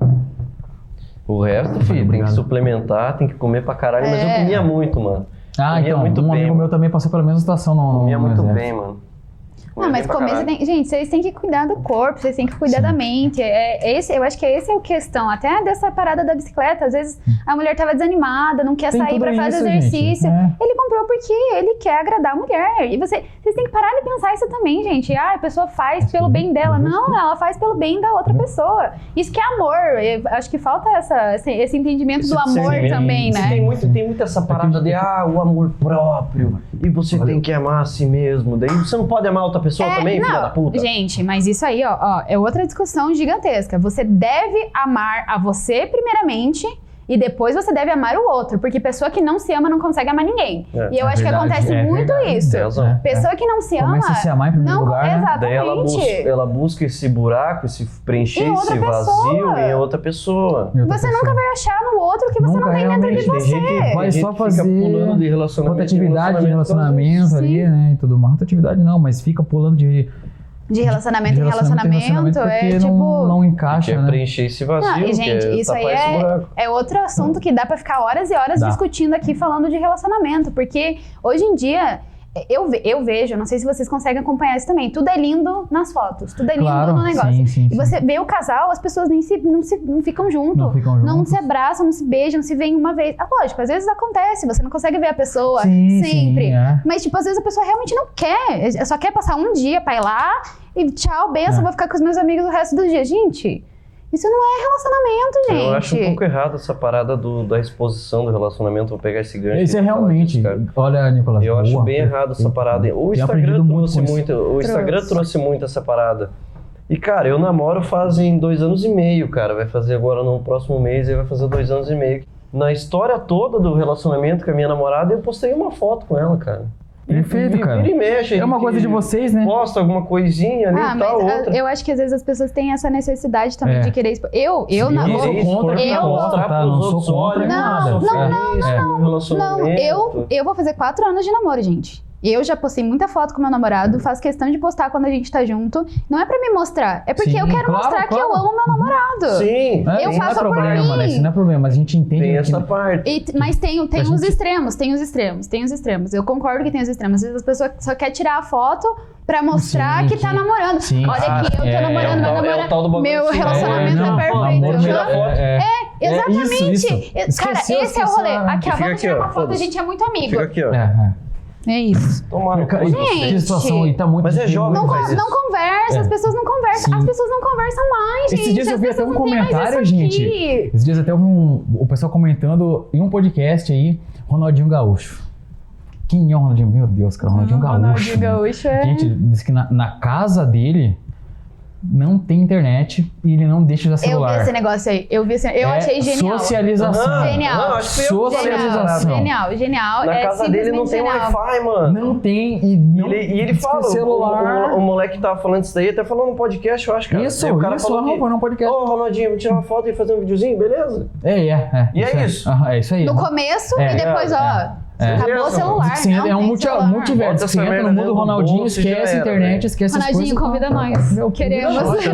O resto, filho, tem que suplementar, tem que comer pra caralho. Mas eu comia muito, mano. Então, um amigo meu também passou pela mesma situação no comia muito bem, mano. Não, mas comer, gente, vocês têm que cuidar do corpo, vocês têm que cuidar da mente. Eu acho que essa é a questão. Até dessa parada da bicicleta, às vezes a mulher tava desanimada, não quer sair pra fazer exercício. Ele comprou porque ele quer agradar a mulher. E vocês têm que parar de pensar isso também, gente. A pessoa faz pelo bem dela. Não, ela faz pelo bem da outra pessoa. Isso que é amor. Eu acho que falta esse entendimento do amor também, né? Tem muito essa parada de o amor próprio. E você tem que amar a si mesmo. Daí você não pode amar outra pessoa também, filha da puta? Gente, mas isso aí, ó, é outra discussão gigantesca. Você deve amar a você primeiramente e depois você deve amar o outro, porque pessoa que não se ama não consegue amar ninguém. E eu acho que acontece muito isso. Pessoa que não se ama... Começa a se amar em primeiro lugar, né? Exatamente. Daí ela busca esse buraco, preencher esse vazio em outra pessoa. Você nunca vai achar no outro que você não tem dentro de você. Tem gente que vai só fazer pulando de relacionamento rotatividade de relacionamento ali, né? E tudo mais. Rotatividade não, mas fica pulando de relacionamento em relacionamento, é tipo... Não encaixa, né? Preencher esse vazio, e, gente, isso aí é outro assunto que dá pra ficar horas e horas discutindo aqui, falando de relacionamento, porque hoje em dia... Eu vejo, não sei se vocês conseguem acompanhar isso também, tudo é lindo nas fotos, tudo é lindo no negócio. Sim. E você vê o casal, as pessoas não ficam junto, não se abraçam, não se beijam, não se veem uma vez. Lógico, às vezes acontece, você não consegue ver a pessoa sempre. Mas, tipo, às vezes a pessoa realmente não quer, só quer passar um dia pra ir lá e tchau, benção, vou ficar com os meus amigos o resto do dia. Gente... Isso não é relacionamento, gente. Eu acho um pouco errado essa parada da exposição do relacionamento. Vou pegar esse gancho. Isso é realmente. Olha, Nicolas. Eu acho bem errado essa parada. O Instagram trouxe muito essa parada. E, cara, eu namoro fazem 2 anos e meio, cara. Vai fazer agora no próximo mês, vai fazer 2 anos e meio. na história toda do relacionamento com a minha namorada, eu postei uma foto com ela, cara. Perfeito, cara. Vira e mexe. É uma coisa de vocês, né? Posta alguma coisinha ali e tal, outra. Eu acho que às vezes as pessoas têm essa necessidade também de querer expor. Eu não sou contra quem mostra, tá? Não sou contra nada. Eu vou fazer 4 anos de namoro, gente. Eu já postei muita foto com meu namorado, faço questão de postar quando a gente tá junto. Não é pra me mostrar, é porque eu quero mostrar que eu amo meu namorado. Sim. Eu faço por mim. Né? Isso não é problema, mas a gente entende. Tem essa parte. Mas tem os extremos, tem os extremos. Eu concordo que tem os extremos. Às vezes as pessoas só querem tirar a foto pra mostrar que tá namorando. Sim. Olha aqui, eu tô namorando, meu relacionamento é perfeito. Exatamente. Cara, esse é o rolê. Aqui, vamos tirar uma foto, a gente é muito amigo. Fica aqui, ó. É isso. Tomara. Gente, situação aí tá muito mas é jovem, não conversa, as pessoas não conversam. Sim. As pessoas não conversam mais, gente. Esses dias eu vi até um comentário, gente. Esses dias até o pessoal comentando em um podcast aí, Ronaldinho Gaúcho. Quem é o Ronaldinho? Meu Deus, cara, Ronaldinho Gaúcho. Ronaldinho Gaúcho é... Gente, diz que na casa dele não tem internet e ele não deixa usar celular. Eu vi esse negócio aí. Eu achei genial. Socialização. Genial. Socialização. Genial. Na casa dele não tem Wi-Fi, mano. Não tem e ele fala, celular... o moleque que tava falando isso daí, até falou no podcast, eu acho, cara. Isso, o cara falou no podcast. Ronaldinho, vamos tirar uma foto e fazer um videozinho, beleza? E é isso. É isso aí. No começo e depois, acabou o celular. É um multiverso. Você entra no mundo Ronaldinho, esquece a internet, esquece as coisas. Ronaldinho, convida nós. Queremos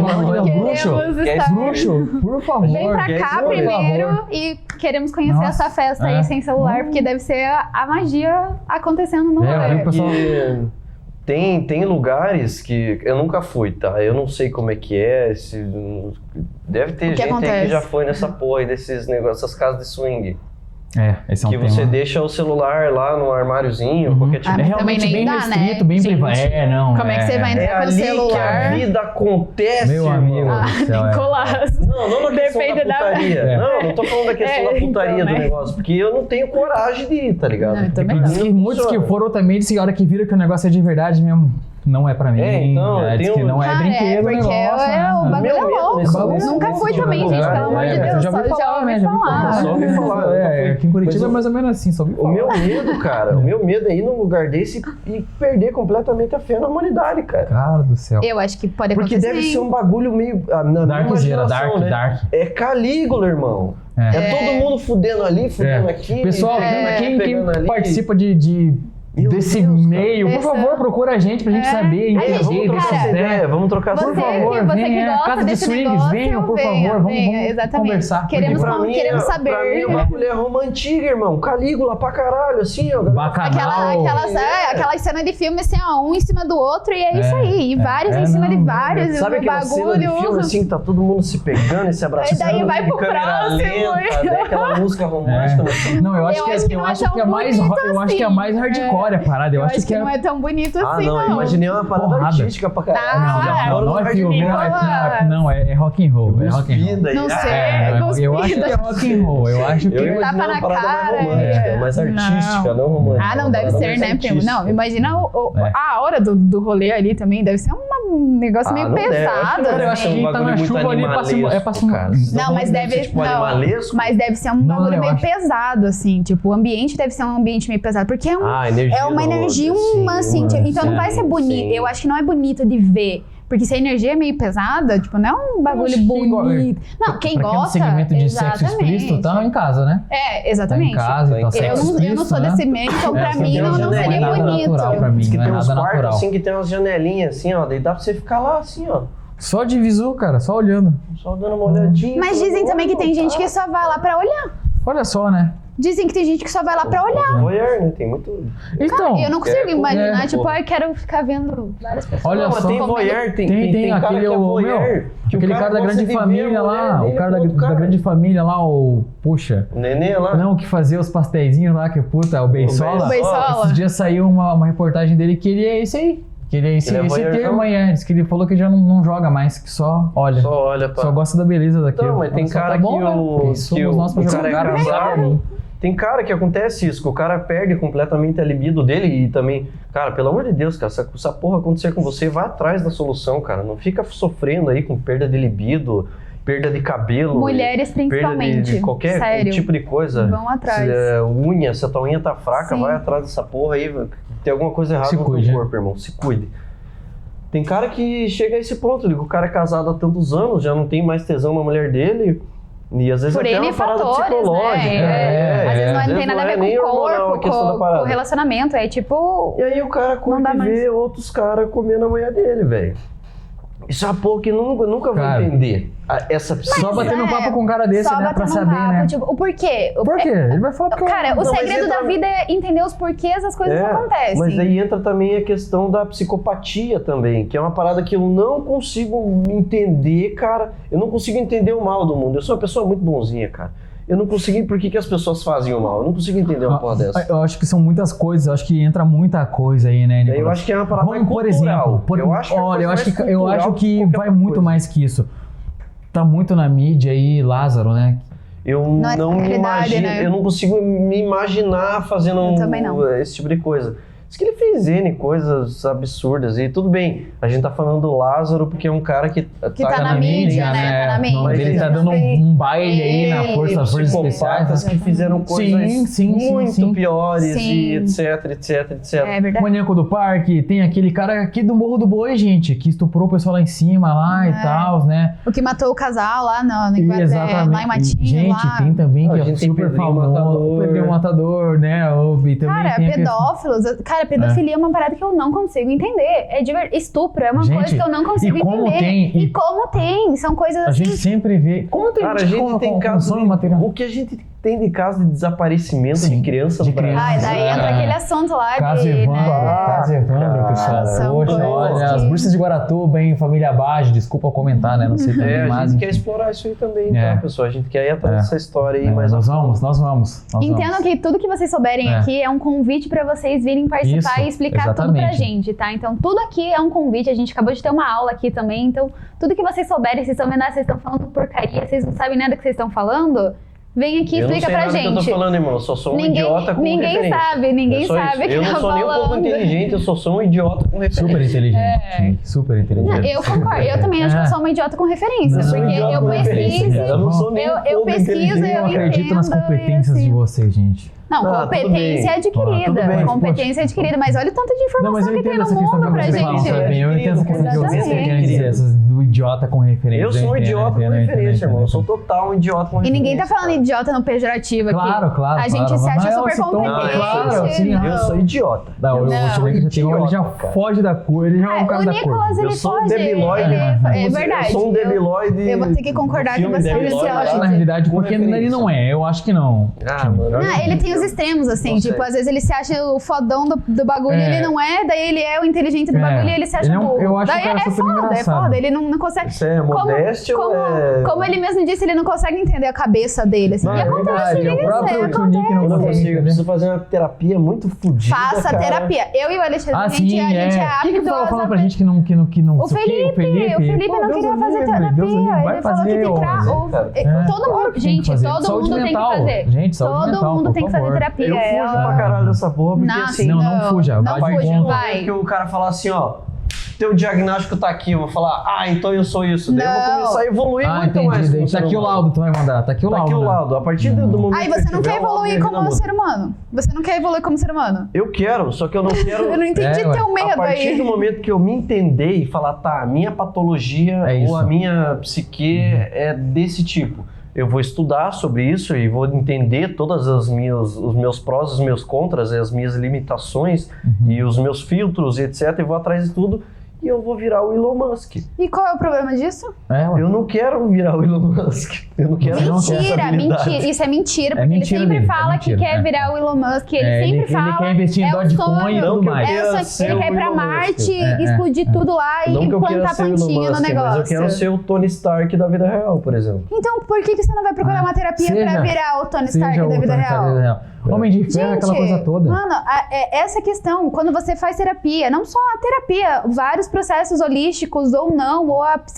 Bruxo, por favor. Vem pra cá primeiro e queremos conhecer essa festa aí sem celular, porque deve ser a magia acontecendo no rolê. Tem lugares que eu nunca fui, tá? Eu não sei como é que é. Deve ter gente aí que já foi nessa porra aí desses negócios, essas casas de swing. Esse é um que tema. você deixa o celular lá no armáriozinho, qualquer tipo. É realmente bem restrito, bem privado. Como é que você vai entrar com o celular? Que a vida acontece, meu amigo. Tem colar. Não na questão da putaria. Não tô falando da questão da putaria do negócio, porque eu não tenho coragem de ir, tá ligado? Não, também diz que muitos que foram também dizem que a hora que viram que o negócio é de verdade mesmo. Não é pra mim. Diz que não é brinquedo o negócio. O bagulho é louco. Nunca fui também, gente, pelo amor de Deus. Já ouvi falar. Só ouvi falar. Aqui em Curitiba é mais ou menos assim, só ouvi falar. O meu medo, cara, é ir num lugar desse e perder completamente a fé na humanidade, cara. Cara do céu. Eu acho que pode acontecer. Porque deve ser um bagulho meio... Dark. É Calígula, irmão. É todo mundo fudendo ali, fudendo aqui. Pessoal, quem participa desse meio, por favor, procura a gente pra gente saber, entender. Vamos trocar essa ideia. Por favor, venha. Casa de swings, venham, por favor, vamos conversar. Queremos saber. Pra mim, o bagulho é Roma antiga, irmão. Calígula pra caralho, assim, ó. Bacanal. Aquelas cenas de filme, assim, ó, um em cima do outro, e é isso aí. E vários em cima de vários. Sabe aquela cena de filme, assim, tá todo mundo se pegando e se abraçando? E daí vai pro próximo. Daí aquela música romântica. Não, eu acho que é mais hardcore a parada. Eu acho que não é tão bonito assim, não. Imaginei uma parada artística pra caralho. Não é filme, não, é rock and roll. É rock and roll. Não sei, eu acho que é rock and roll. Eu acho que é uma parada mais romântica, mais artística, não romântica. Não, deve ser, né, primo? Não, imagina a hora do rolê ali também, deve ser um negócio meio pesado. Eu acho que tá na chuva ali pra cima. Não, mas deve ser um bagulho meio pesado, assim, tipo, o ambiente deve ser um ambiente meio pesado, porque é uma energia assim, então não vai ser bonito. Eu acho que não é bonito de ver. Porque se a energia é meio pesada, tipo, não é um bagulho bonito. Não, quem gosta... Pra segmento de sexo explícito, tá em casa, né? Exatamente. Tá em casa, então sexo explícito, eu não sou desse meio, então pra mim não seria bonito. Natural pra mim, diz que tem uns quartos assim que tem umas janelinhas assim, ó, daí dá pra você ficar lá assim, ó. Só de visu, cara, só olhando. Só dando uma olhadinha. Mas dizem também que tem gente que só vai lá pra olhar. Olha só, né? Dizem que tem gente que só vai lá pra olhar. Voyeur, né? Tem muito... Então... Eu não consigo imaginar, tipo, eu quero ficar vendo várias pessoas. Olha só, tem voyeur, tem aquele aquele cara da grande família lá, o cara da grande família lá, o Nenê lá? Não, que fazia os pastéisinhos lá, que o Beisola. Esses dias saiu uma reportagem dele que ele é esse aí. Que ele é esse termo aí, diz que ele falou que já não joga mais, que só olha. Só gosta da beleza daquilo. Não, mas tem cara Tem cara que acontece isso, que o cara perde completamente a libido dele e também... Cara, pelo amor de Deus, cara, se essa porra acontecer com você, vai atrás da solução, cara. Não fica sofrendo aí com perda de libido perda de cabelo. Mulheres principalmente. Perda de qualquer tipo de coisa. Vão atrás. Se a tua unha tá fraca, vai atrás dessa porra aí. Tem alguma coisa errada no teu corpo, irmão. Se cuide. Tem cara que chega a esse ponto, o cara é casado há tantos anos, já não tem mais tesão na mulher dele. E às vezes até é uma parada psicológica. Às vezes não tem nada a ver com o corpo, com o relacionamento. É tipo... E aí o cara curte ver outros caras comendo a mulher dele, velho. Isso é uma porra que eu nunca vou entender. Essa só batendo um papo com um cara desse, né? Pra saber, né? Tipo, o porquê. Por quê? Ele vai falar porque... Cara, o segredo da vida é entender os porquês das coisas acontecem. Mas aí entra também a questão da psicopatia também, que é uma parada que eu não consigo entender, cara. Eu não consigo entender o mal do mundo. Eu sou uma pessoa muito bonzinha, cara. Eu não consigo por que as pessoas fazem o mal. Eu não consigo entender uma porra dessa. Eu acho que são muitas coisas. Eu acho que entra muita coisa aí, né, Nicolas? Eu acho que é uma parada mais cultural. Por exemplo, eu acho que vai muito mais que isso. Tá muito na mídia aí, Lázaro, né? Eu não me imagino, né? Eu não consigo me imaginar fazendo esse tipo de coisa. Diz que ele fez N coisas absurdas e tudo bem, a gente tá falando do Lázaro porque é um cara que tá na mídia, né? Tá na mídia. Mas ele tá dando um baile aí na Forças Especiais. Que fizeram coisas muito piores e etc. É verdade. O Maníaco do Parque, tem aquele cara aqui do Morro do Boi, gente, que estuprou o pessoal lá em cima lá e tal, né? O que matou o casal lá no lá em Matinho. Gente, lá. Tem também que é super famoso. O Pedrinho Matador, né? Cara, pedófilos... Cara, pedofilia é uma parada que eu não consigo entender. Estupro é uma coisa que eu não consigo entender. E como tem? São coisas assim... A gente sempre vê... Como tem cara, a gente tem casos... O que a gente tem de caso de desaparecimento de criança no Brasil? Daí entra aquele assunto lá Caso Evandro, pessoal. Poxa, olha, as bruxas de Guaratuba, hein? Família Bage, desculpa comentar, né? Não sei também mais. A gente quer explorar isso aí também, tá, pessoal? A gente quer ir atrás dessa história aí. Mas nós vamos. Entendam que tudo que vocês souberem aqui é um convite pra vocês virem participar e explicar tudo pra gente, tá? Então, tudo aqui é um convite. A gente acabou de ter uma aula aqui também. Então, tudo que vocês souberem, vocês estão vendo, vocês estão falando porcaria, vocês não sabem nada do que vocês estão falando, vem aqui e explica pra gente. Eu não sei nada que eu tô falando, irmão. Eu só sou um idiota com referência. Ninguém sabe. Eu não sou nem um pouco inteligente, eu só sou um idiota com referência. Super inteligente. Super inteligente. Eu concordo. Eu também acho que eu sou uma idiota com referência. Porque eu pesquiso. Eu não sou nem eu pesquiso e eu acredito nas competências de vocês, gente. Não, competência adquirida. Competência adquirida. Mas olha o tanto de informação que tem no mundo pra gente. Eu entendo que você quer dizer, do idiota com referência. Eu sou um idiota com referência, irmão. Eu sou total um idiota com referência. E ninguém tá falando idiota no pejorativo aqui. Claro. A gente se acha super competente. Eu sou idiota. Ele já foge da cor, ele já é um cara da cor. O Nicolas, ele foge. É verdade. Eu sou um debilóide. Eu vou ter que concordar com você. Eu acho, na realidade, porque ele não é. Eu acho que não. Ele tem os extremos, assim. Tipo, às vezes ele se acha o fodão do bagulho, ele não é. Daí ele é o inteligente do bagulho e ele se acha burro. Eu acho que é foda. Ele não consegue... Isso é modéstia como ele mesmo disse, ele não consegue entender a cabeça dele, assim. E acontece isso. Eu preciso fazer uma terapia muito fodida. Faça terapia. Eu e o Alexandre, a gente é apto. Quem tava falando pra gente que não... O Felipe não queria fazer terapia. Ele falou que tem que... Todo mundo, gente, todo mundo tem que fazer. Gente, saúde mental, todo mundo tem que fazer terapia. Eu fujo pra caralho dessa porra, porque assim... Não fuja. Vai. Que o cara falar assim, ó... Teu diagnóstico tá aqui, eu vou falar, então eu sou isso. Daí eu vou começar a evoluir muito mais. Tá aqui o laudo, tu vai mandar. Tá aqui o laudo. A partir do momento que você não quer evoluir como ser humano. Você não quer evoluir como ser humano. Eu quero, só que eu não quero... Eu não entendi teu medo aí. A partir do momento que eu me entender e falar, a minha patologia ou a minha psique é desse tipo. Eu vou estudar sobre isso e vou entender todas os meus prós, os meus contras, as minhas limitações e os meus filtros e etc. E vou atrás de tudo e eu vou virar o Elon Musk. E qual é o problema disso? Eu não quero virar o Elon Musk. Eu não quero mentira. Isso é mentira, porque ele sempre fala que quer virar o Elon Musk. Ele sempre fala. Ele quer investir em Dogecoin e tudo mais. Ele quer ir pra Marte, explodir tudo lá e plantar plantinha no negócio. Mas eu quero ser o Tony Stark da vida real, por exemplo. Então, por que você não vai procurar uma terapia pra virar o Tony Stark da vida real? Homem de ferro, aquela coisa toda. Mano, essa questão, quando você faz terapia, não só a terapia, vários processos holísticos ou não, ou a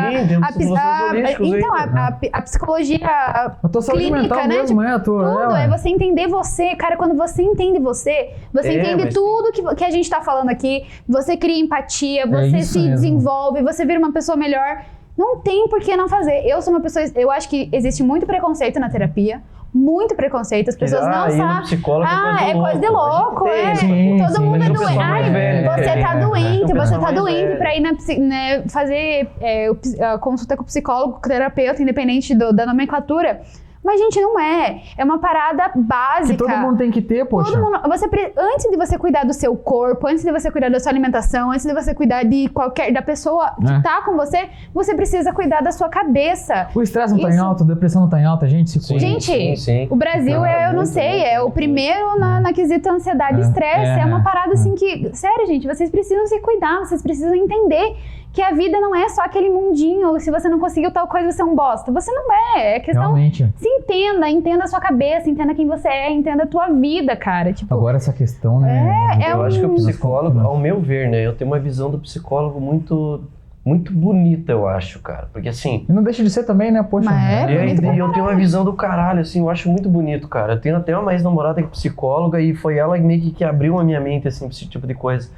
psicologia clínica, né? Tudo, é você entender você. Cara, quando você entende você entende tudo que a gente tá falando aqui, você cria empatia, você se desenvolve, você vira uma pessoa melhor. Não tem por que não fazer. Eu sou uma pessoa... Eu acho que existe muito preconceito na terapia. Muito preconceito, as pessoas não sabem. É coisa de louco, todo mundo é doente. Você tá doente pra ir fazer a consulta com o psicólogo, com o terapeuta, independente da nomenclatura. Mas, gente, não é. É uma parada básica. Que todo mundo tem que ter, poxa. Antes de você cuidar do seu corpo, antes de você cuidar da sua alimentação, antes de você cuidar da pessoa que tá com você, você precisa cuidar da sua cabeça. O estresse não tá em alta, a depressão não tá em alta, gente, se cuida. Gente, sim. O Brasil é o primeiro na quesito ansiedade e estresse. É uma parada assim que... Sério, gente, vocês precisam se cuidar, vocês precisam entender que a vida não é só aquele mundinho, se você não conseguiu tal coisa, você é um bosta. Você não é. É questão... Realmente. Se entenda a sua cabeça, entenda quem você é, entenda a tua vida, cara. Tipo, agora essa questão, né? Eu acho que o psicólogo, ao meu ver, né? Eu tenho uma visão do psicólogo muito bonita, eu acho, cara. Porque assim... E não deixa de ser também, né? Poxa. E eu tenho uma visão do caralho, assim, eu acho muito bonito, cara. Eu tenho até uma ex-namorada que é psicóloga e foi ela meio que abriu a minha mente, assim, pra esse tipo de coisa.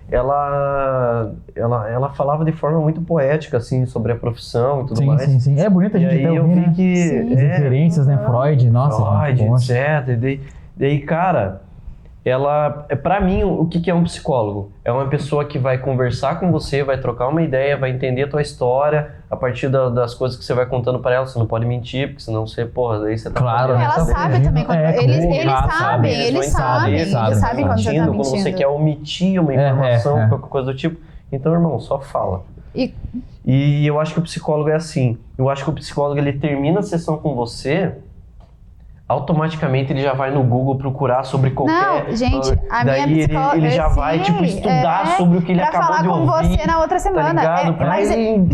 Ela falava de forma muito poética, assim, sobre a profissão e tudo mais. Sim. É bonito a gente ter eu vi que... As referências, né? Freud, nossa. Freud, etc. Daí, cara, pra mim, o que é um psicólogo? É uma pessoa que vai conversar com você, vai trocar uma ideia, vai entender a tua história, a partir das coisas que você vai contando pra ela. Você não pode mentir, porque senão você, daí você tá... Claro. Ela sabe também. Eles sabem quando você tá mentindo. Quando você quer omitir uma informação, qualquer coisa do tipo. Então, irmão, só fala. E eu acho que o psicólogo é assim. Eu acho que o psicólogo, ele termina a sessão com você... automaticamente ele já vai no Google procurar sobre qualquer... Não, gente, a minha psicóloga... ele já vai, estudar sobre o que ele acabou de ouvir. Pra falar com você na outra semana. Tá mas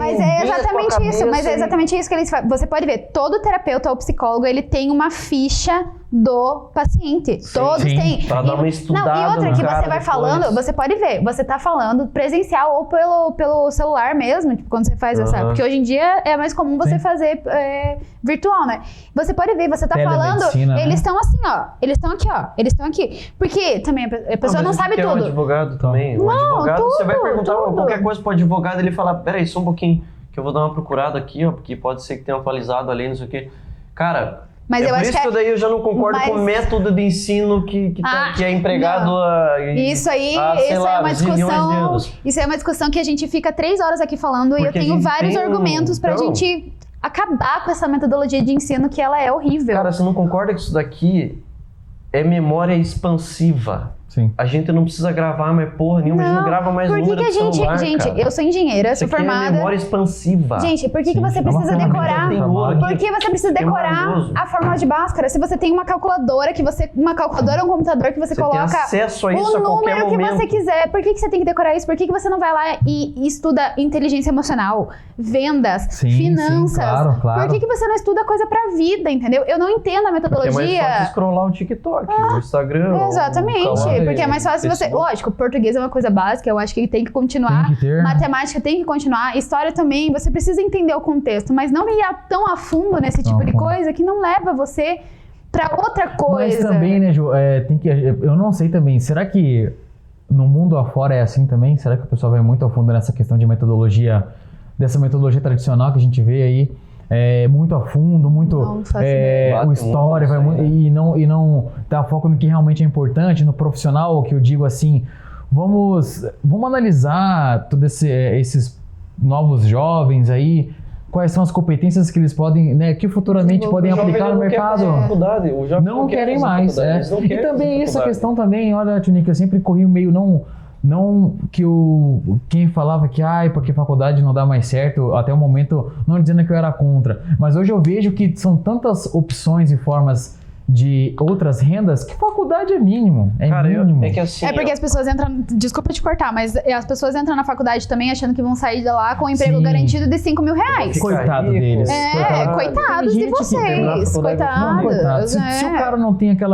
é exatamente isso. Mas é exatamente isso que eles fazem. Você pode ver, todo terapeuta ou psicólogo, ele tem uma ficha do paciente. Todos têm. Pra dar uma estudada. E outra que você vai falando, você pode ver, você tá falando presencial ou pelo celular mesmo, tipo, quando você faz essa... Porque hoje em dia é mais comum você fazer virtual, né? Você pode ver, você tá falando, eles estão assim, ó. Eles estão aqui, ó. Eles estão aqui. Porque também a pessoa não sabe tudo. O advogado também. O advogado, você vai perguntar qualquer coisa pro advogado, ele fala, peraí, só um pouquinho, que eu vou dar uma procurada aqui, ó, porque pode ser que tenha atualizado ali, não sei o quê. Cara... Mas eu por acho isso que daí eu já não concordo com o método de ensino que é empregado isso aí é uma discussão. Isso é uma discussão que a gente fica 3 horas aqui falando e eu tenho vários argumentos pra gente acabar com essa metodologia de ensino que ela é horrível. Cara, você não concorda que isso daqui é memória expansiva? Sim. A gente não precisa gravar mais porra nenhuma, a gente não grava mais número de celular, gente, eu sou engenheira, sou formada... é memória expansiva. Gente, por que você precisa decorar? Por que você precisa decorar a fórmula de Bhaskara? Se você tem uma calculadora, uma calculadora é um computador que você coloca tem acesso a isso o a qualquer número momento. que você quiser. Por que você tem que decorar isso? Por que você não vai lá e estuda inteligência emocional, vendas, finanças? Claro. Por que você não estuda coisa pra vida, entendeu? Eu não entendo a metodologia. Porque é mais fácil scrollar o TikTok, o Instagram. Exatamente. Porque é mais fácil você... Lógico, português é uma coisa básica, eu acho que tem que continuar. Tem que ter, matemática tem que continuar. História também, você precisa entender o contexto, mas não ir tão a fundo nesse tipo de coisa que não leva você pra outra coisa. Mas também, né, Ju, eu não sei também, será que no mundo afora é assim também? Será que o pessoal vai muito a fundo nessa questão de metodologia, dessa metodologia tradicional que a gente vê aí? Muito a fundo, muito o história, vai muito, e não dá foco no que realmente é importante, no profissional, que eu digo assim, vamos analisar todos esses novos jovens aí, quais são as competências que eles podem, né, que futuramente podem aplicar no mercado. Não querem mais. E também essa questão também, olha, Tunica, eu sempre corri meio não que quem falava que porque faculdade não dá mais certo, até o momento, não dizendo que eu era contra, mas hoje eu vejo que são tantas opções e formas de outras rendas que faculdade é mínimo. Mínimo. É que assim, porque as pessoas entram, desculpa te cortar, mas as pessoas entram na faculdade também achando que vão sair de lá com um emprego garantido de R$5.000. Coitado deles. Coitados de vocês. Coitados. Se o cara não tem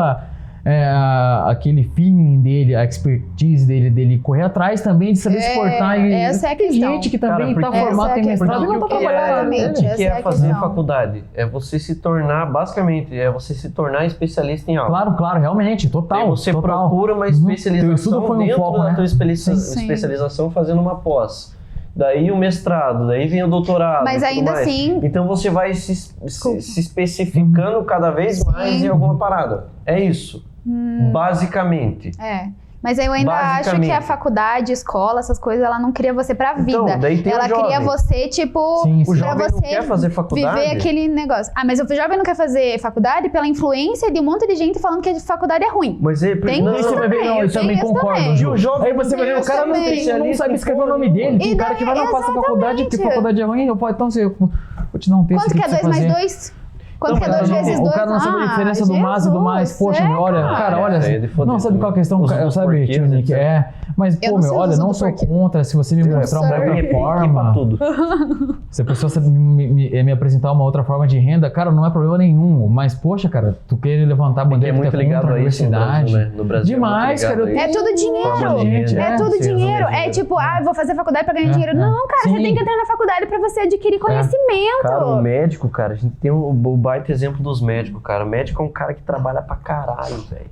aquele feeling dele, a expertise dele correr atrás também de saber se portar. Essa é a questão. Tem gente que também está formado em mestrado e não está trabalhando. O que é fazer faculdade? É você se tornar, basicamente, você se tornar especialista em algo. Claro, realmente, total. Aí você procura uma especialização dentro da tua especialização fazendo uma pós. daí o mestrado, daí vem o doutorado. Mas ainda assim... Então você vai se especificando cada vez mais em alguma parada. É isso. Basicamente. Mas eu ainda acho que a faculdade, escola, essas coisas, ela não cria você pra vida. Então, daí tem ela cria você, tipo, o jovem não quer fazer faculdade. Viver aquele negócio. Mas o jovem não quer fazer faculdade pela influência de um monte de gente falando que a faculdade é ruim. Mas é tem isso também. Eu também concordo. E o jovem, aí você vai ver, o cara não sabe escrever o nome dele. Tem cara que vai, não faça faculdade, porque faculdade é ruim. Então, você, vou te dar um texto. Quanto que é 2 mais 2? Quanto que é 2 vezes 2? O cara não sabe a diferença do mais e do mais. Poxa, olha, cara, olha, não sabe qual a questão, sabe, tio Nick? Mas, pô, meu, olha, não sou contra se você me mostrar uma outra forma. Se a pessoa me apresentar uma outra forma de renda, cara, não é problema nenhum. Mas, poxa, cara, tu quer levantar a bandeira que é contra a universidade. No Brasil, demais, cara. É tudo dinheiro. É tudo dinheiro. É tipo, vou fazer faculdade pra ganhar dinheiro. Não, cara, você tem que entrar na faculdade pra você adquirir conhecimento. Cara, o médico, cara, a gente tem o baita exemplo dos médicos, cara. O médico é um cara que trabalha pra caralho, velho.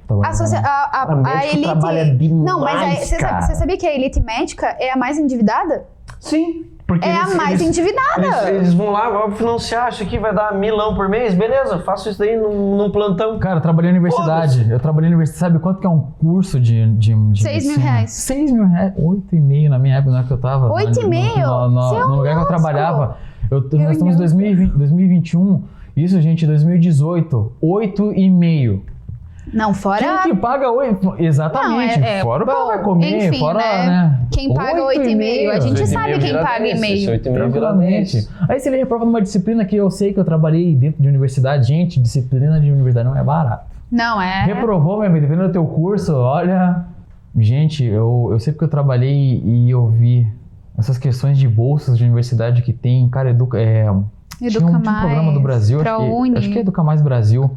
A elite... trabalha demais, não, mas você sabia que a elite médica é a mais endividada? Sim. Porque a mais endividada. Eles vão lá, vão financiar, isso aqui vai dar $1.000 por mês, beleza, faço isso daí num plantão. Cara, eu trabalhei na universidade. Eu trabalhei na universidade. Sabe quanto que é um curso de R$6.000. R$6.000. 8,5 na minha época, na que eu tava. 8,5? No lugar que eu trabalhava. Nós estamos em 2021. Isso, gente, 2018. 8,5. Não, fora... Quem que paga 8? Exatamente. Não, fora o que vai comer, enfim, fora, né? Quem paga 8,5? A gente sabe quem paga 1,5. Tranquilamente. Aí se ele reprova numa disciplina que eu sei que eu trabalhei dentro de universidade. Gente, disciplina de universidade não é barato. Não é. Reprovou, meu amigo, dependendo do teu curso, olha... Gente, eu sei porque eu trabalhei e eu vi essas questões de bolsas de universidade que tem. Cara, tinha um programa do Brasil, acho que é Educa Mais Brasil.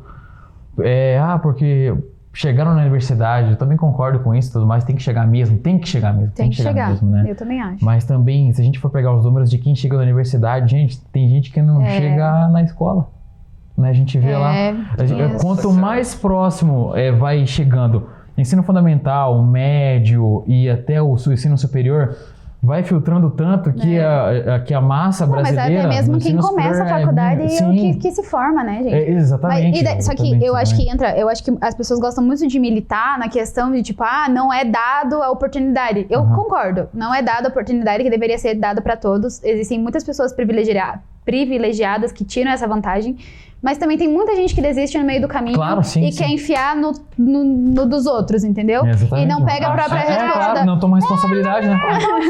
Porque chegaram na universidade, eu também concordo com isso e tudo mais, tem que chegar mesmo. Tem que chegar mesmo, né? Eu também acho. Mas também, se a gente for pegar os números de quem chega na universidade, gente, tem gente que não chega na escola. Né? A gente vê lá, quanto mais próximo vai chegando, ensino fundamental, médio e até o ensino superior, vai filtrando tanto que a massa brasileira... Mas até mesmo quem começa a faculdade é o que se forma, né, gente? Exatamente. Só que eu acho que as pessoas gostam muito de militar na questão de tipo, não é dado a oportunidade. Eu concordo, não é dado a oportunidade que deveria ser dado para todos. Existem muitas pessoas privilegiadas que tiram essa vantagem, mas também tem muita gente que desiste no meio do caminho quer enfiar no dos outros, entendeu? Exatamente. E não pega a própria resposta. Claro, não toma responsabilidade, né?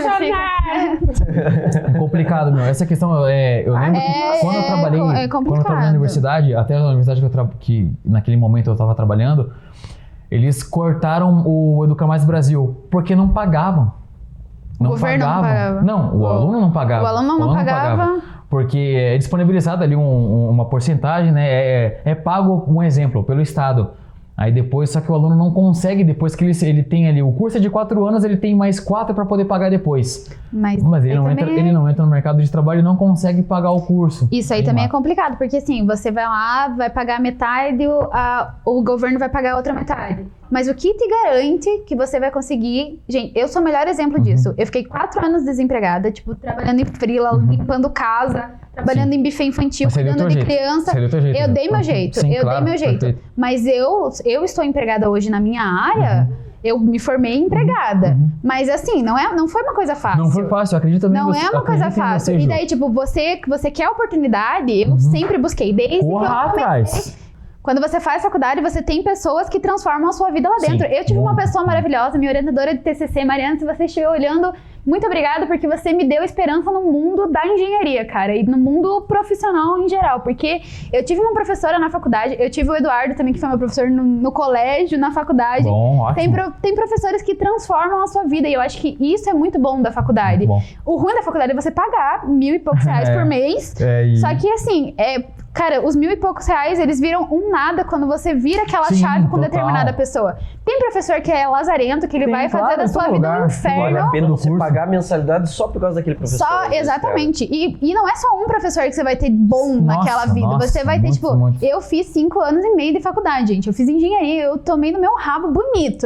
É complicado, meu. Essa questão, eu lembro que quando eu trabalhei na universidade, até na universidade que naquele momento eu estava trabalhando, eles cortaram o Educa Mais Brasil, porque não pagavam. O governo não pagava? Não, o aluno não pagava. O aluno não pagava. Porque é disponibilizada ali uma porcentagem, né? É pago, um exemplo, pelo Estado. Aí depois, só que o aluno não consegue, depois que ele tem ali, o curso é de 4 anos, ele tem mais 4 para poder pagar depois. Mas ele não entra no mercado de trabalho e não consegue pagar o curso. Isso aí também é complicado, porque assim, você vai lá, vai pagar metade, o governo vai pagar a outra metade. Mas o que te garante que você vai conseguir... Gente, eu sou o melhor exemplo disso. Eu fiquei 4 anos desempregada, tipo, trabalhando em freela, limpando casa, trabalhando em buffet infantil, cuidando de criança. Eu dei meu jeito, Perfeito. Mas eu estou empregada hoje na minha área... Eu me formei empregada. Mas assim, não foi uma coisa fácil. Não foi fácil, acredita mesmo. Não é uma coisa fácil. E daí, tipo, você quer oportunidade, eu sempre busquei, desde que eu comecei. Quando você faz faculdade, você tem pessoas que transformam a sua vida lá dentro. Eu tive uma pessoa maravilhosa, minha orientadora de TCC, Mariana, se você estiver olhando, muito obrigada, porque você me deu esperança no mundo da engenharia, cara, e no mundo profissional em geral, porque eu tive uma professora na faculdade, eu tive o Eduardo também, que foi meu professor no colégio, na faculdade. Bom, ótimo. Tem professores que transformam a sua vida, e eu acho que isso é muito bom da faculdade. O ruim da faculdade é você pagar R$1.000 e poucos por mês, só que assim, cara, os R$1.000 e poucos, eles viram um nada quando você vira aquela chave com determinada pessoa. Tem professor que é lazarento, que ele vai fazer da sua vida um inferno. Vale a pena você pagar a mensalidade só por causa daquele professor. Exatamente. E não é só um professor que você vai ter bom naquela vida. Você vai ter, eu fiz 5 anos e meio de faculdade, gente. Eu fiz engenharia, eu tomei no meu rabo bonito.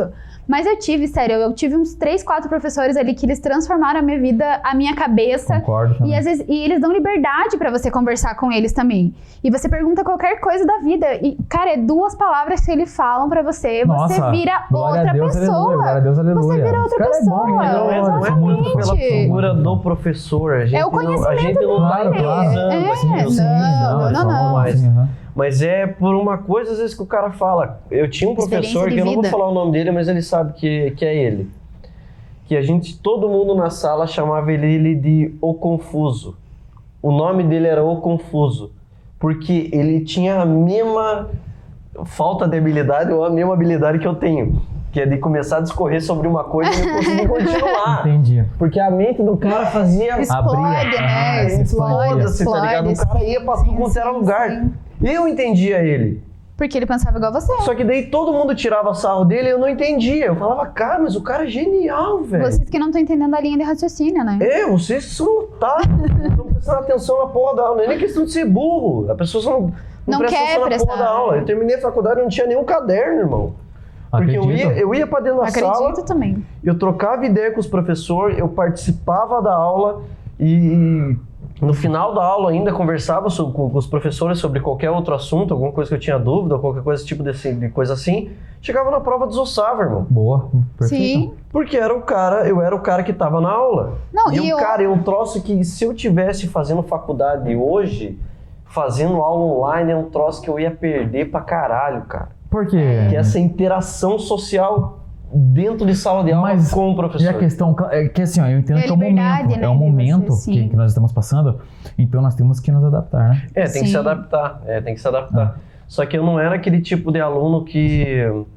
Mas eu tive uns 3, 4 professores ali que eles transformaram a minha vida, a minha cabeça. Concordo também. E às vezes eles dão liberdade pra você conversar com eles também. E você pergunta qualquer coisa da vida. E, cara, é 2 palavras que eles falam pra você. Você vira outra pessoa. Glória a Deus, aleluia. Você vira outra pessoa. Não é muito pela figura do professor. A gente é o conhecimento a gente não tá enfatizando. Não. Mas é por uma coisa, às vezes, que o cara fala. Eu tinha um professor, que eu não vou falar o nome dele, mas ele sabe que é ele. Que todo mundo na sala chamava ele de O Confuso. O nome dele era O Confuso. Porque ele tinha a mesma falta de habilidade ou a mesma habilidade que eu tenho. Que é de começar a discorrer sobre uma coisa e não conseguir continuar. Entendi. Porque a mente do cara fazia... Explode, né? Explode, tá ligado? O cara ia pra tudo quanto era lugar. Sim. Eu entendia ele. Porque ele pensava igual você. Só que daí todo mundo tirava sarro dele e eu não entendia. Eu falava, cara, mas o cara é genial, velho. Vocês que não estão entendendo a linha de raciocínio, né? Vocês são otários. Não estão prestando atenção na porra da aula. Não é nem questão de ser burro. A pessoa só não presta atenção na porra da aula. Eu terminei a faculdade e não tinha nenhum caderno, irmão. Porque eu ia pra dentro da sala, também. Eu trocava ideia com os professores, eu participava da aula e no final da aula ainda conversava com os professores sobre qualquer outro assunto, alguma coisa que eu tinha dúvida, qualquer coisa tipo de coisa assim. Chegava na prova, desossava, irmão. Boa, perfeito. Sim. Porque eu era o cara que tava na aula. Cara, é um troço que se eu tivesse fazendo faculdade hoje, fazendo aula online, é um troço que eu ia perder pra caralho, cara. Por quê? Que é essa interação social dentro de sala de aula com o professor. E a questão é que assim, eu entendo que é o momento, né, é o momento que nós estamos passando, então nós temos que nos adaptar, né? Tem que se adaptar, tem que se adaptar. Só que eu não era aquele tipo de aluno que,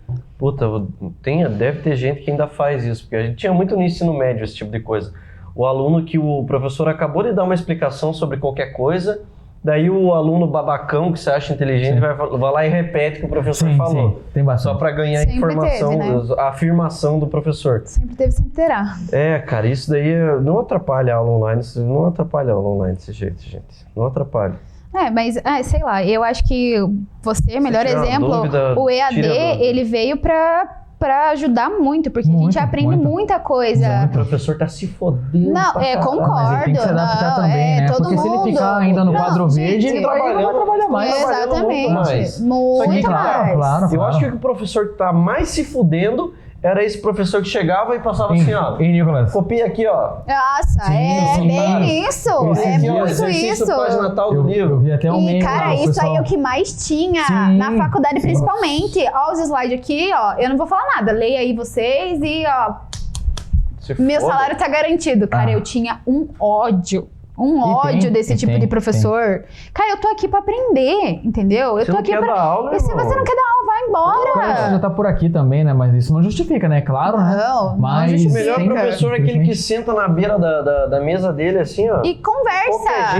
deve ter gente que ainda faz isso, porque a gente tinha muito no ensino médio esse tipo de coisa. O aluno que o professor acabou de dar uma explicação sobre qualquer coisa, daí o aluno babacão, que você acha inteligente, vai lá e repete o que o professor falou. Sim, tem bastante. Só para ganhar informação, teve, né? A afirmação do professor. Sempre terá. Cara, isso daí não atrapalha a aula online, desse jeito, gente. Não atrapalha. Mas, sei lá, eu acho que você, melhor exemplo, o EAD, ele veio pra ajudar muito, porque a gente aprende muita coisa. O professor tá se fodendo. Não, concordo. Mas ele tem que se adaptar também, né? Porque se ele ficar ainda no quadro verde, ele não vai trabalhar mais. Exatamente. Muito mais. Claro. Eu acho que o professor que tá mais se fudendo era esse professor que chegava e passava assim, ó. Nicolas. Copia aqui, ó. Nossa, bem isso. Muito isso. Página tal do livro. Eu vi até um meme. E, cara, isso aí é o que mais tinha na faculdade, principalmente. Ó, os slides aqui, ó. Eu não vou falar nada. Leia aí vocês e, ó. Meu salário tá garantido. Cara, eu tinha um ódio desse tipo de professor. Cara, eu tô aqui pra aprender, entendeu? Eu tô aqui pra... Dar aula, e se você não quer dar aula, vai embora. Claro, você já tá por aqui também, né? Mas isso não justifica, né? Claro, né? Mas o melhor professor é aquele que senta na beira da mesa dele, assim, ó. E conversa.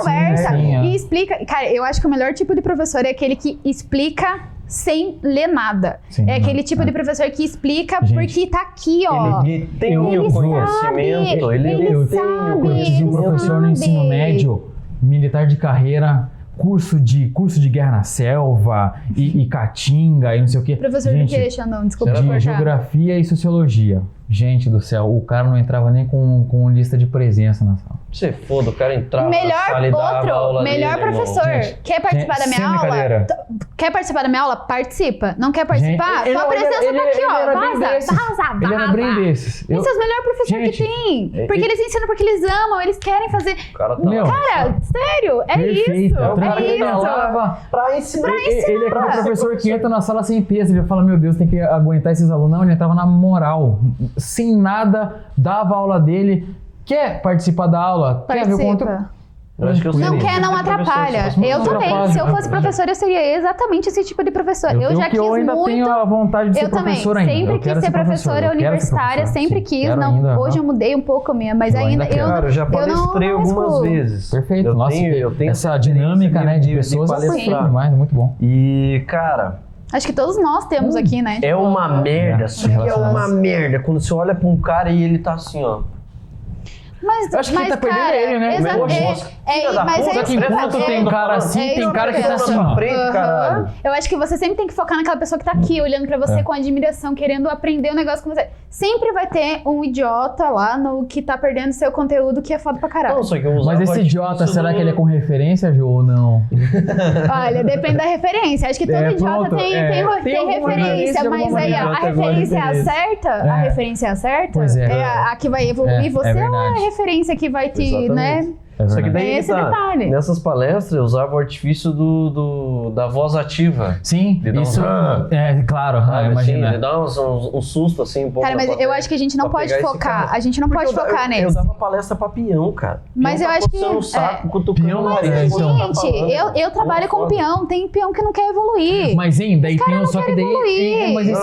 E explica. Cara, eu acho que o melhor tipo de professor é aquele que explica sem ler nada. Aquele tipo de professor que explica porque tá aqui, ó. Ele tem o conhecimento. Eu conheci um professor no ensino médio, militar de carreira, curso de guerra na selva e caatinga e não sei o quê. Professor de quê, Xandão? Desculpa de geografia e sociologia. Gente do céu, o cara não entrava nem com lista de presença na sala. Você foda, o cara entrava na sala e dava aula melhor dele, professor. Gente, quer participar da minha aula? Quer participar da minha aula? Participa. Não quer participar? Sua presença tá aqui, ó. Vaza. Ele era bem desses. Esse é o melhor professor que tem. Porque eles ensinam porque eles amam, eles querem fazer. Cara, sério, isso. Pra ensinar. Ele é aquele professor que entra na sala sem peso. Ele fala, meu Deus, tem que aguentar esses alunos. Não, ele entrava na moral. Sem nada, dava a aula dele. Quer participar da aula? Quer ver o conteúdo? Não quer, não atrapalha. Eu também. Se eu fosse professora, eu seria exatamente esse tipo de professora. Eu já quis muito. Eu ainda tenho a vontade de ser professora ainda. Sempre quis ser professora universitária, sempre quis. Hoje eu mudei um pouco a minha, mas ainda eu já palestrei algumas vezes. Perfeito. Eu tenho essa dinâmica, né, de pessoas. Palestrar demais, muito bom. E, cara, acho que todos nós temos aqui, né? É uma merda, é uma merda. Quando você olha pra um cara e ele tá assim, ó. Eu acho que quem tá perdendo é ele, né? Mas enquanto tem um cara assim, tem cara que tá assim, ó. Eu acho que você sempre tem que focar naquela pessoa que tá aqui, olhando pra você com admiração, querendo aprender o negócio com você. Sempre vai ter um idiota lá que tá perdendo seu conteúdo que é foda pra caralho. Mas esse idiota, será que ele é com referência, Ju, ou não? Olha, depende da referência. Acho que todo idiota tem referência, mas aí a referência é a certa? A referência é a certa? Pois é. É a que vai evoluir você ou a referência que vai te, né? Só que daí nessas palestras eu usava o artifício da voz ativa. Sim, isso claro, imagina. Ele dá um susto assim um pouco. Cara, mas eu acho que a gente não pode focar. A gente não pode focar nesse. Eu dava palestra pra peão, cara. Mas eu acho que o saco, cutucando o nariz. Gente, eu trabalho com peão. Tem peão que não quer evoluir. Mas daí tem um só que daí. Mas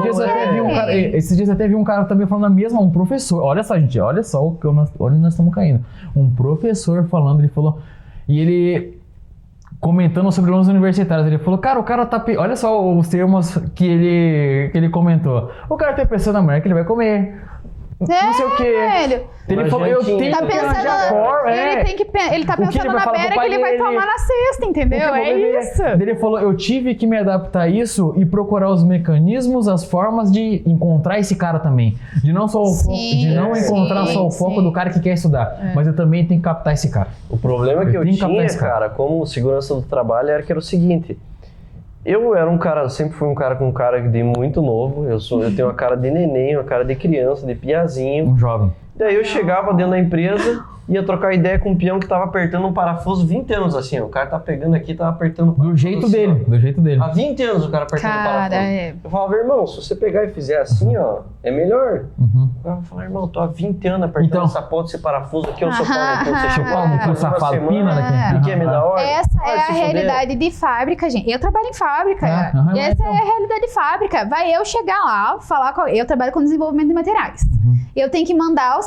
esses dias até vi um cara também falando a mesma, um professor. Olha só, gente, olha só onde nós estamos caindo. Um professor falando, ele falou, e ele comentando sobre alunos universitários, ele falou, cara, o cara tá, olha só os termos que ele comentou, o cara tem pressão na mulher que ele vai comer, não sei o que, velho. Ele falou, eu tenho tá pensando, ele tá pensando na beira que ele vai tomar na cesta, entendeu? É isso. Ele falou, eu tive que me adaptar a isso e procurar os mecanismos, as formas de encontrar esse cara também. De não só encontrar só o foco do cara que quer estudar, mas eu também tenho que captar esse cara. O problema que eu tinha, cara, como segurança do trabalho, era que era o seguinte. Eu era um cara, sempre fui um cara com cara de muito novo. Eu tenho uma cara de neném, uma cara de criança, de piazinho. Um jovem. Daí eu chegava dentro da empresa, ia trocar ideia com um peão que tava apertando um parafuso 20 anos assim, ó. O cara tá pegando aqui, tava apertando o parafuso. Do jeito dele. Há 20 anos o cara apertando o parafuso. Eu falava, irmão, se você pegar e fizer assim, ó, é melhor. O cara falava, irmão, tô há 20 anos apertando essa porra desse parafuso aqui, eu sou pau, você safado, pina daqui. Que é me da hora. Essa é a realidade de fábrica, gente. Eu trabalho em fábrica. E essa é a realidade de fábrica. Vai eu chegar lá, eu trabalho com desenvolvimento de materiais. Eu tenho que mandar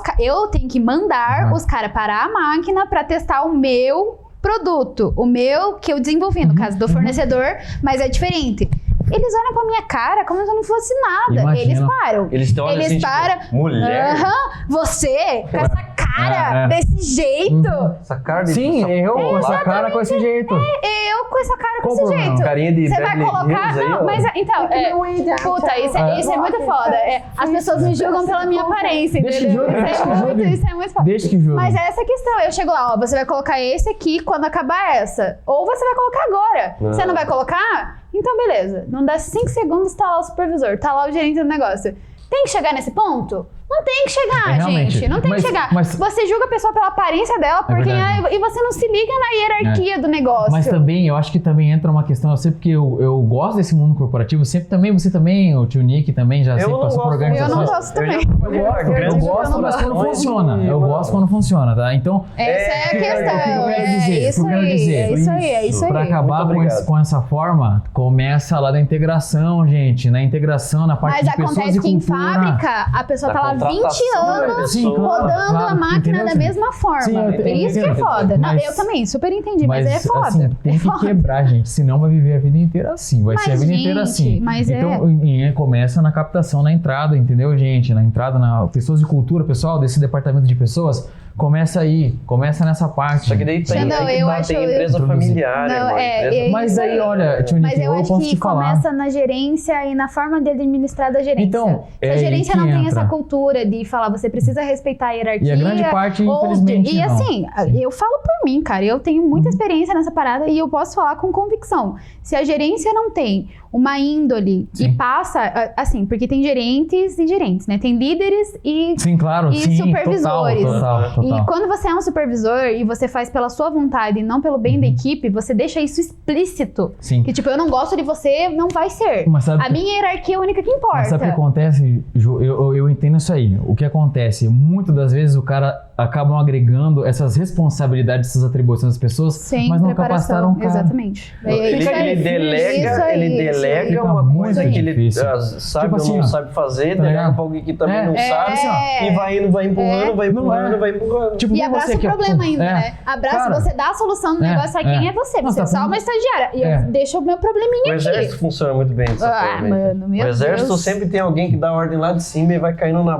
os caras parar a máquina para testar o meu produto, o meu que eu desenvolvi, no caso do fornecedor, mas é diferente. Eles olham pra minha cara como se eu não fosse nada. Imagina. Eles param. Eles param. Tipo, mulher. Você, com essa cara, desse jeito. Essa cara de Sim, eu com essa cara com esse jeito. Eu com essa cara com esse jeito. Carinha de você vai colocar. Aí, não, mas então. Puta, isso é muito foda. As pessoas me julgam pela minha aparência, entendeu? Isso é muito foda. Deixa que julgue. Mas é essa questão. Eu chego lá, ó, você vai colocar esse aqui quando acabar essa. Ou você vai colocar agora. Você não vai colocar? Então, beleza. Não dá 5 segundos, tá lá o supervisor, tá lá o gerente do negócio. Tem que chegar nesse ponto? Não tem que chegar, gente. Não tem que chegar. Você julga a pessoa pela aparência dela e você não se liga na hierarquia do negócio. Mas também, eu acho que também entra uma questão, eu sei porque eu gosto desse mundo corporativo, você também, o tio Nick também já sempre passou por organizações. Eu não gosto também. Eu gosto, mas quando funciona. Eu gosto quando funciona, tá? Então, essa é a questão. É isso aí. Pra acabar com essa forma, começa lá da integração, gente. Na integração, na parte de pessoas e cultura. Mas acontece que em fábrica, a pessoa tá lá 20 anos rodando a máquina da mesma forma. Isso que é foda. Eu também super entendi, mas é foda. Assim, tem que quebrar, gente, senão vai viver a vida inteira assim. Vai ser a vida inteira assim. Então, começa na captação, na entrada, entendeu, gente? Na entrada, pessoas de cultura, pessoal desse departamento de pessoas. Começa aí, começa nessa parte. Só que daí tem empresa familiar. Mas aí, olha, tio Nick, eu posso te falar. Mas eu acho que começa na gerência e na forma de administrar da gerência. Então, se a gerência não tem essa cultura de falar, você precisa respeitar a hierarquia. E a grande parte, infelizmente, não. E assim, eu falo por mim, cara, eu tenho muita experiência nessa parada e eu posso falar com convicção. Se a gerência não tem uma índole e passa, assim, porque tem gerentes e gerentes, né? Tem líderes e supervisores. Total. E quando você é um supervisor e você faz pela sua vontade e não pelo bem da equipe, você deixa isso explícito. Sim. Que tipo, eu não gosto de você, não vai ser. A minha hierarquia é a única que importa. Mas sabe o que acontece, Ju? Eu entendo isso aí. O que acontece? Muitas das vezes o cara acabam agregando essas responsabilidades, essas atribuições das pessoas, mas não capacitaram o cara. Exatamente. Ele delega uma coisa que ele sabe ou não sabe fazer, delega pra alguém que também não sabe, e vai empurrando. Tipo, e abraça o problema ainda, né? Abraça, você dá a solução do negócio, sabe quem é você. Você é só uma estagiária. E eu deixo o meu probleminha aqui. O exército funciona muito bem dessa forma. O exército sempre tem alguém que dá ordem lá de cima e vai caindo na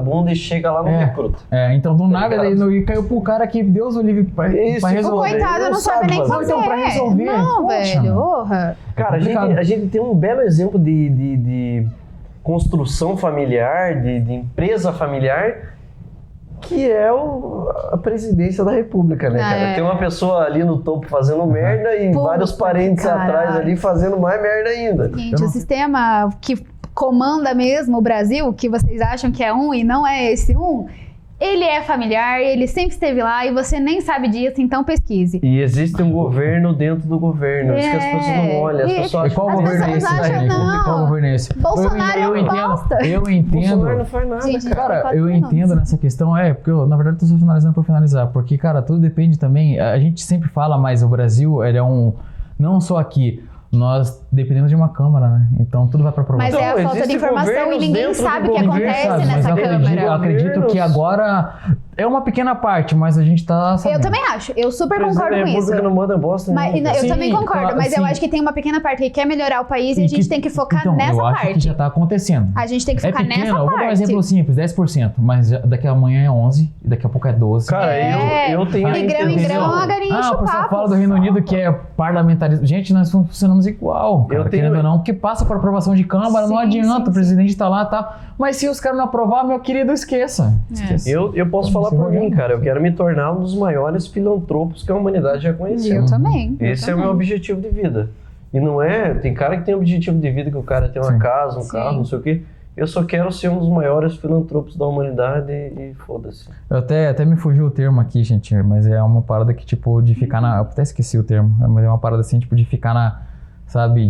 bunda e chega lá no recruta. Então do nada ele caiu pro cara que Deus o livre pra resolver. O coitado não sabe nem fazer. Então, pra resolver. Não, velho, porra. Cara, a gente tem um belo exemplo de construção familiar, de empresa familiar, que é a presidência da República, né, cara? Tem uma pessoa ali no topo fazendo merda e vários parentes atrás ali fazendo mais merda ainda. Gente, o sistema que comanda mesmo o Brasil, que vocês acham que é um e não é esse um, ele é familiar, ele sempre esteve lá e você nem sabe disso, então pesquise. E existe um governo dentro do governo, isso que as pessoas não olham, as pessoas acham... Qual governo é esse? Qual governo é esse? Bolsonaro é uma bosta. Eu entendo. Bolsonaro não faz nada, gente, cara. Eu entendo nessa questão, porque eu, na verdade, tô só finalizando por finalizar, porque, cara, tudo depende também, a gente sempre fala, mas o Brasil, ele é não só aqui, nós dependemos de uma Câmara, né? Então tudo vai para aprovação. Mas é a falta de informação e ninguém sabe o que acontece nessa Câmara. Eu acredito que agora é uma pequena parte, mas a gente tá sabendo. Eu também acho, eu super concordo com isso. Não manda bosta eu também concordo, mas eu acho que tem uma pequena parte que quer melhorar o país e a gente tem que focar nessa parte. Eu acho que já tá acontecendo. A gente tem que focar nessa parte. Eu vou dar um exemplo simples, 10%, mas daqui a amanhã é 11%, e daqui a pouco é 12%. Cara, eu tenho... De grão em grão, a galinha enche o papo. O pessoal fala do Reino Unido que é parlamentarismo. Gente, nós funcionamos igual, cara, querendo ou não, porque passa por aprovação de Câmara, não adianta, o presidente tá lá, tá... Mas se os caras não aprovar, meu querido, esqueça. Eu posso falar por mim, cara, eu quero me tornar um dos maiores filantropos que a humanidade já conheceu. Eu também. Esse é o meu objetivo de vida. E não é... Tem cara que tem objetivo de vida, que o cara tem uma casa, um carro, não sei o quê. Eu só quero ser um dos maiores filantropos da humanidade e foda-se. Eu até me fugiu o termo aqui, gente, mas é uma parada que, tipo, de ficar na... Eu até esqueci o termo, mas é uma parada assim, tipo, de ficar na... Sabe,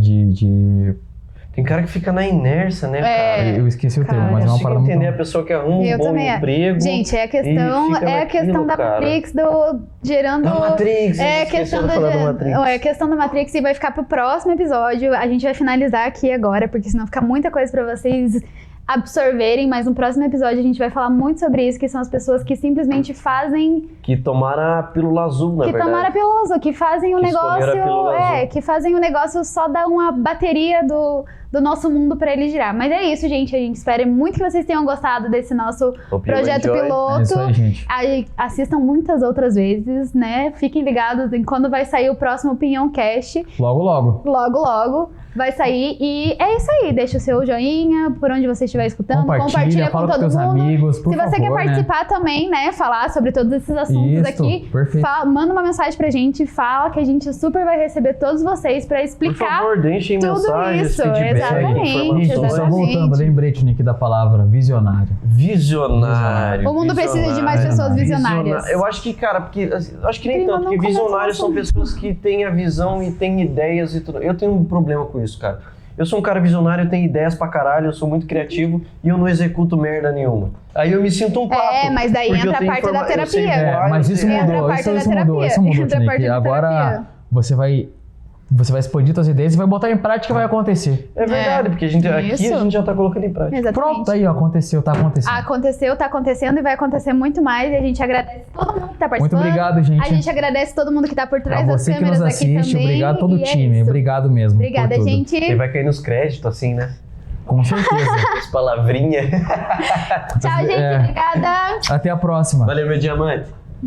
Tem cara que fica na inércia, né, cara? Eu esqueci o termo, mas é uma parada muito... entender a pessoa que arruma um bom emprego. Gente, é a questão da Matrix gerando... Da Matrix, é a questão da Matrix e vai ficar pro próximo episódio. A gente vai finalizar aqui agora, porque senão fica muita coisa pra vocês absorverem, mas no próximo episódio a gente vai falar muito sobre isso, que são as pessoas que simplesmente fazem... Que tomaram a pílula azul, na verdade. Que tomaram a pílula azul, que fazem o negócio... que fazem o negócio só dar uma bateria do nosso mundo pra ele girar. Mas é isso, gente. A gente espera muito que vocês tenham gostado desse nosso projeto piloto. É isso aí, gente. Assistam muitas outras vezes, né? Fiquem ligados em quando vai sair o próximo Opinião Cast. Logo, logo. Logo, logo vai sair. E é isso aí. Deixa o seu joinha por onde você estiver escutando. Compartilha com todo mundo. Amigos, por favor, Se você quer participar também, né? Falar sobre todos esses assuntos aqui. Manda uma mensagem pra gente. Fala que a gente super vai receber todos vocês pra explicar. Por favor, deixem tudo mensagens, isso. Exatamente. Só voltando, lembrete, Nick, da palavra visionário. Visionário. O mundo precisa de mais pessoas visionárias. Eu acho que, cara, acho que nem tanto, porque visionários são pessoas que têm a visão e têm ideias e tudo. Eu tenho um problema com isso, cara. Eu sou um cara visionário, eu tenho ideias pra caralho, eu sou muito criativo e eu não executo merda nenhuma. Aí eu me sinto um pato. Mas daí entra a parte da terapia. Mas isso mudou, isso mudou, Nick. Agora você vai expandir suas ideias e vai botar em prática e vai acontecer. É verdade, porque aqui a gente já tá colocando em prática. Exatamente. Pronto, aí, ó, aconteceu, tá acontecendo. Aconteceu, tá acontecendo e vai acontecer muito mais. E a gente agradece todo mundo que tá participando. Muito obrigado, gente. A gente agradece todo mundo que tá por trás das câmeras que nos assiste, aqui também. Obrigado todo o time, obrigado mesmo. Obrigada, gente. Ele vai cair nos créditos, assim, né? Com certeza. As palavrinhas. Tchau, gente. Obrigada. Até a próxima. Valeu, meu diamante.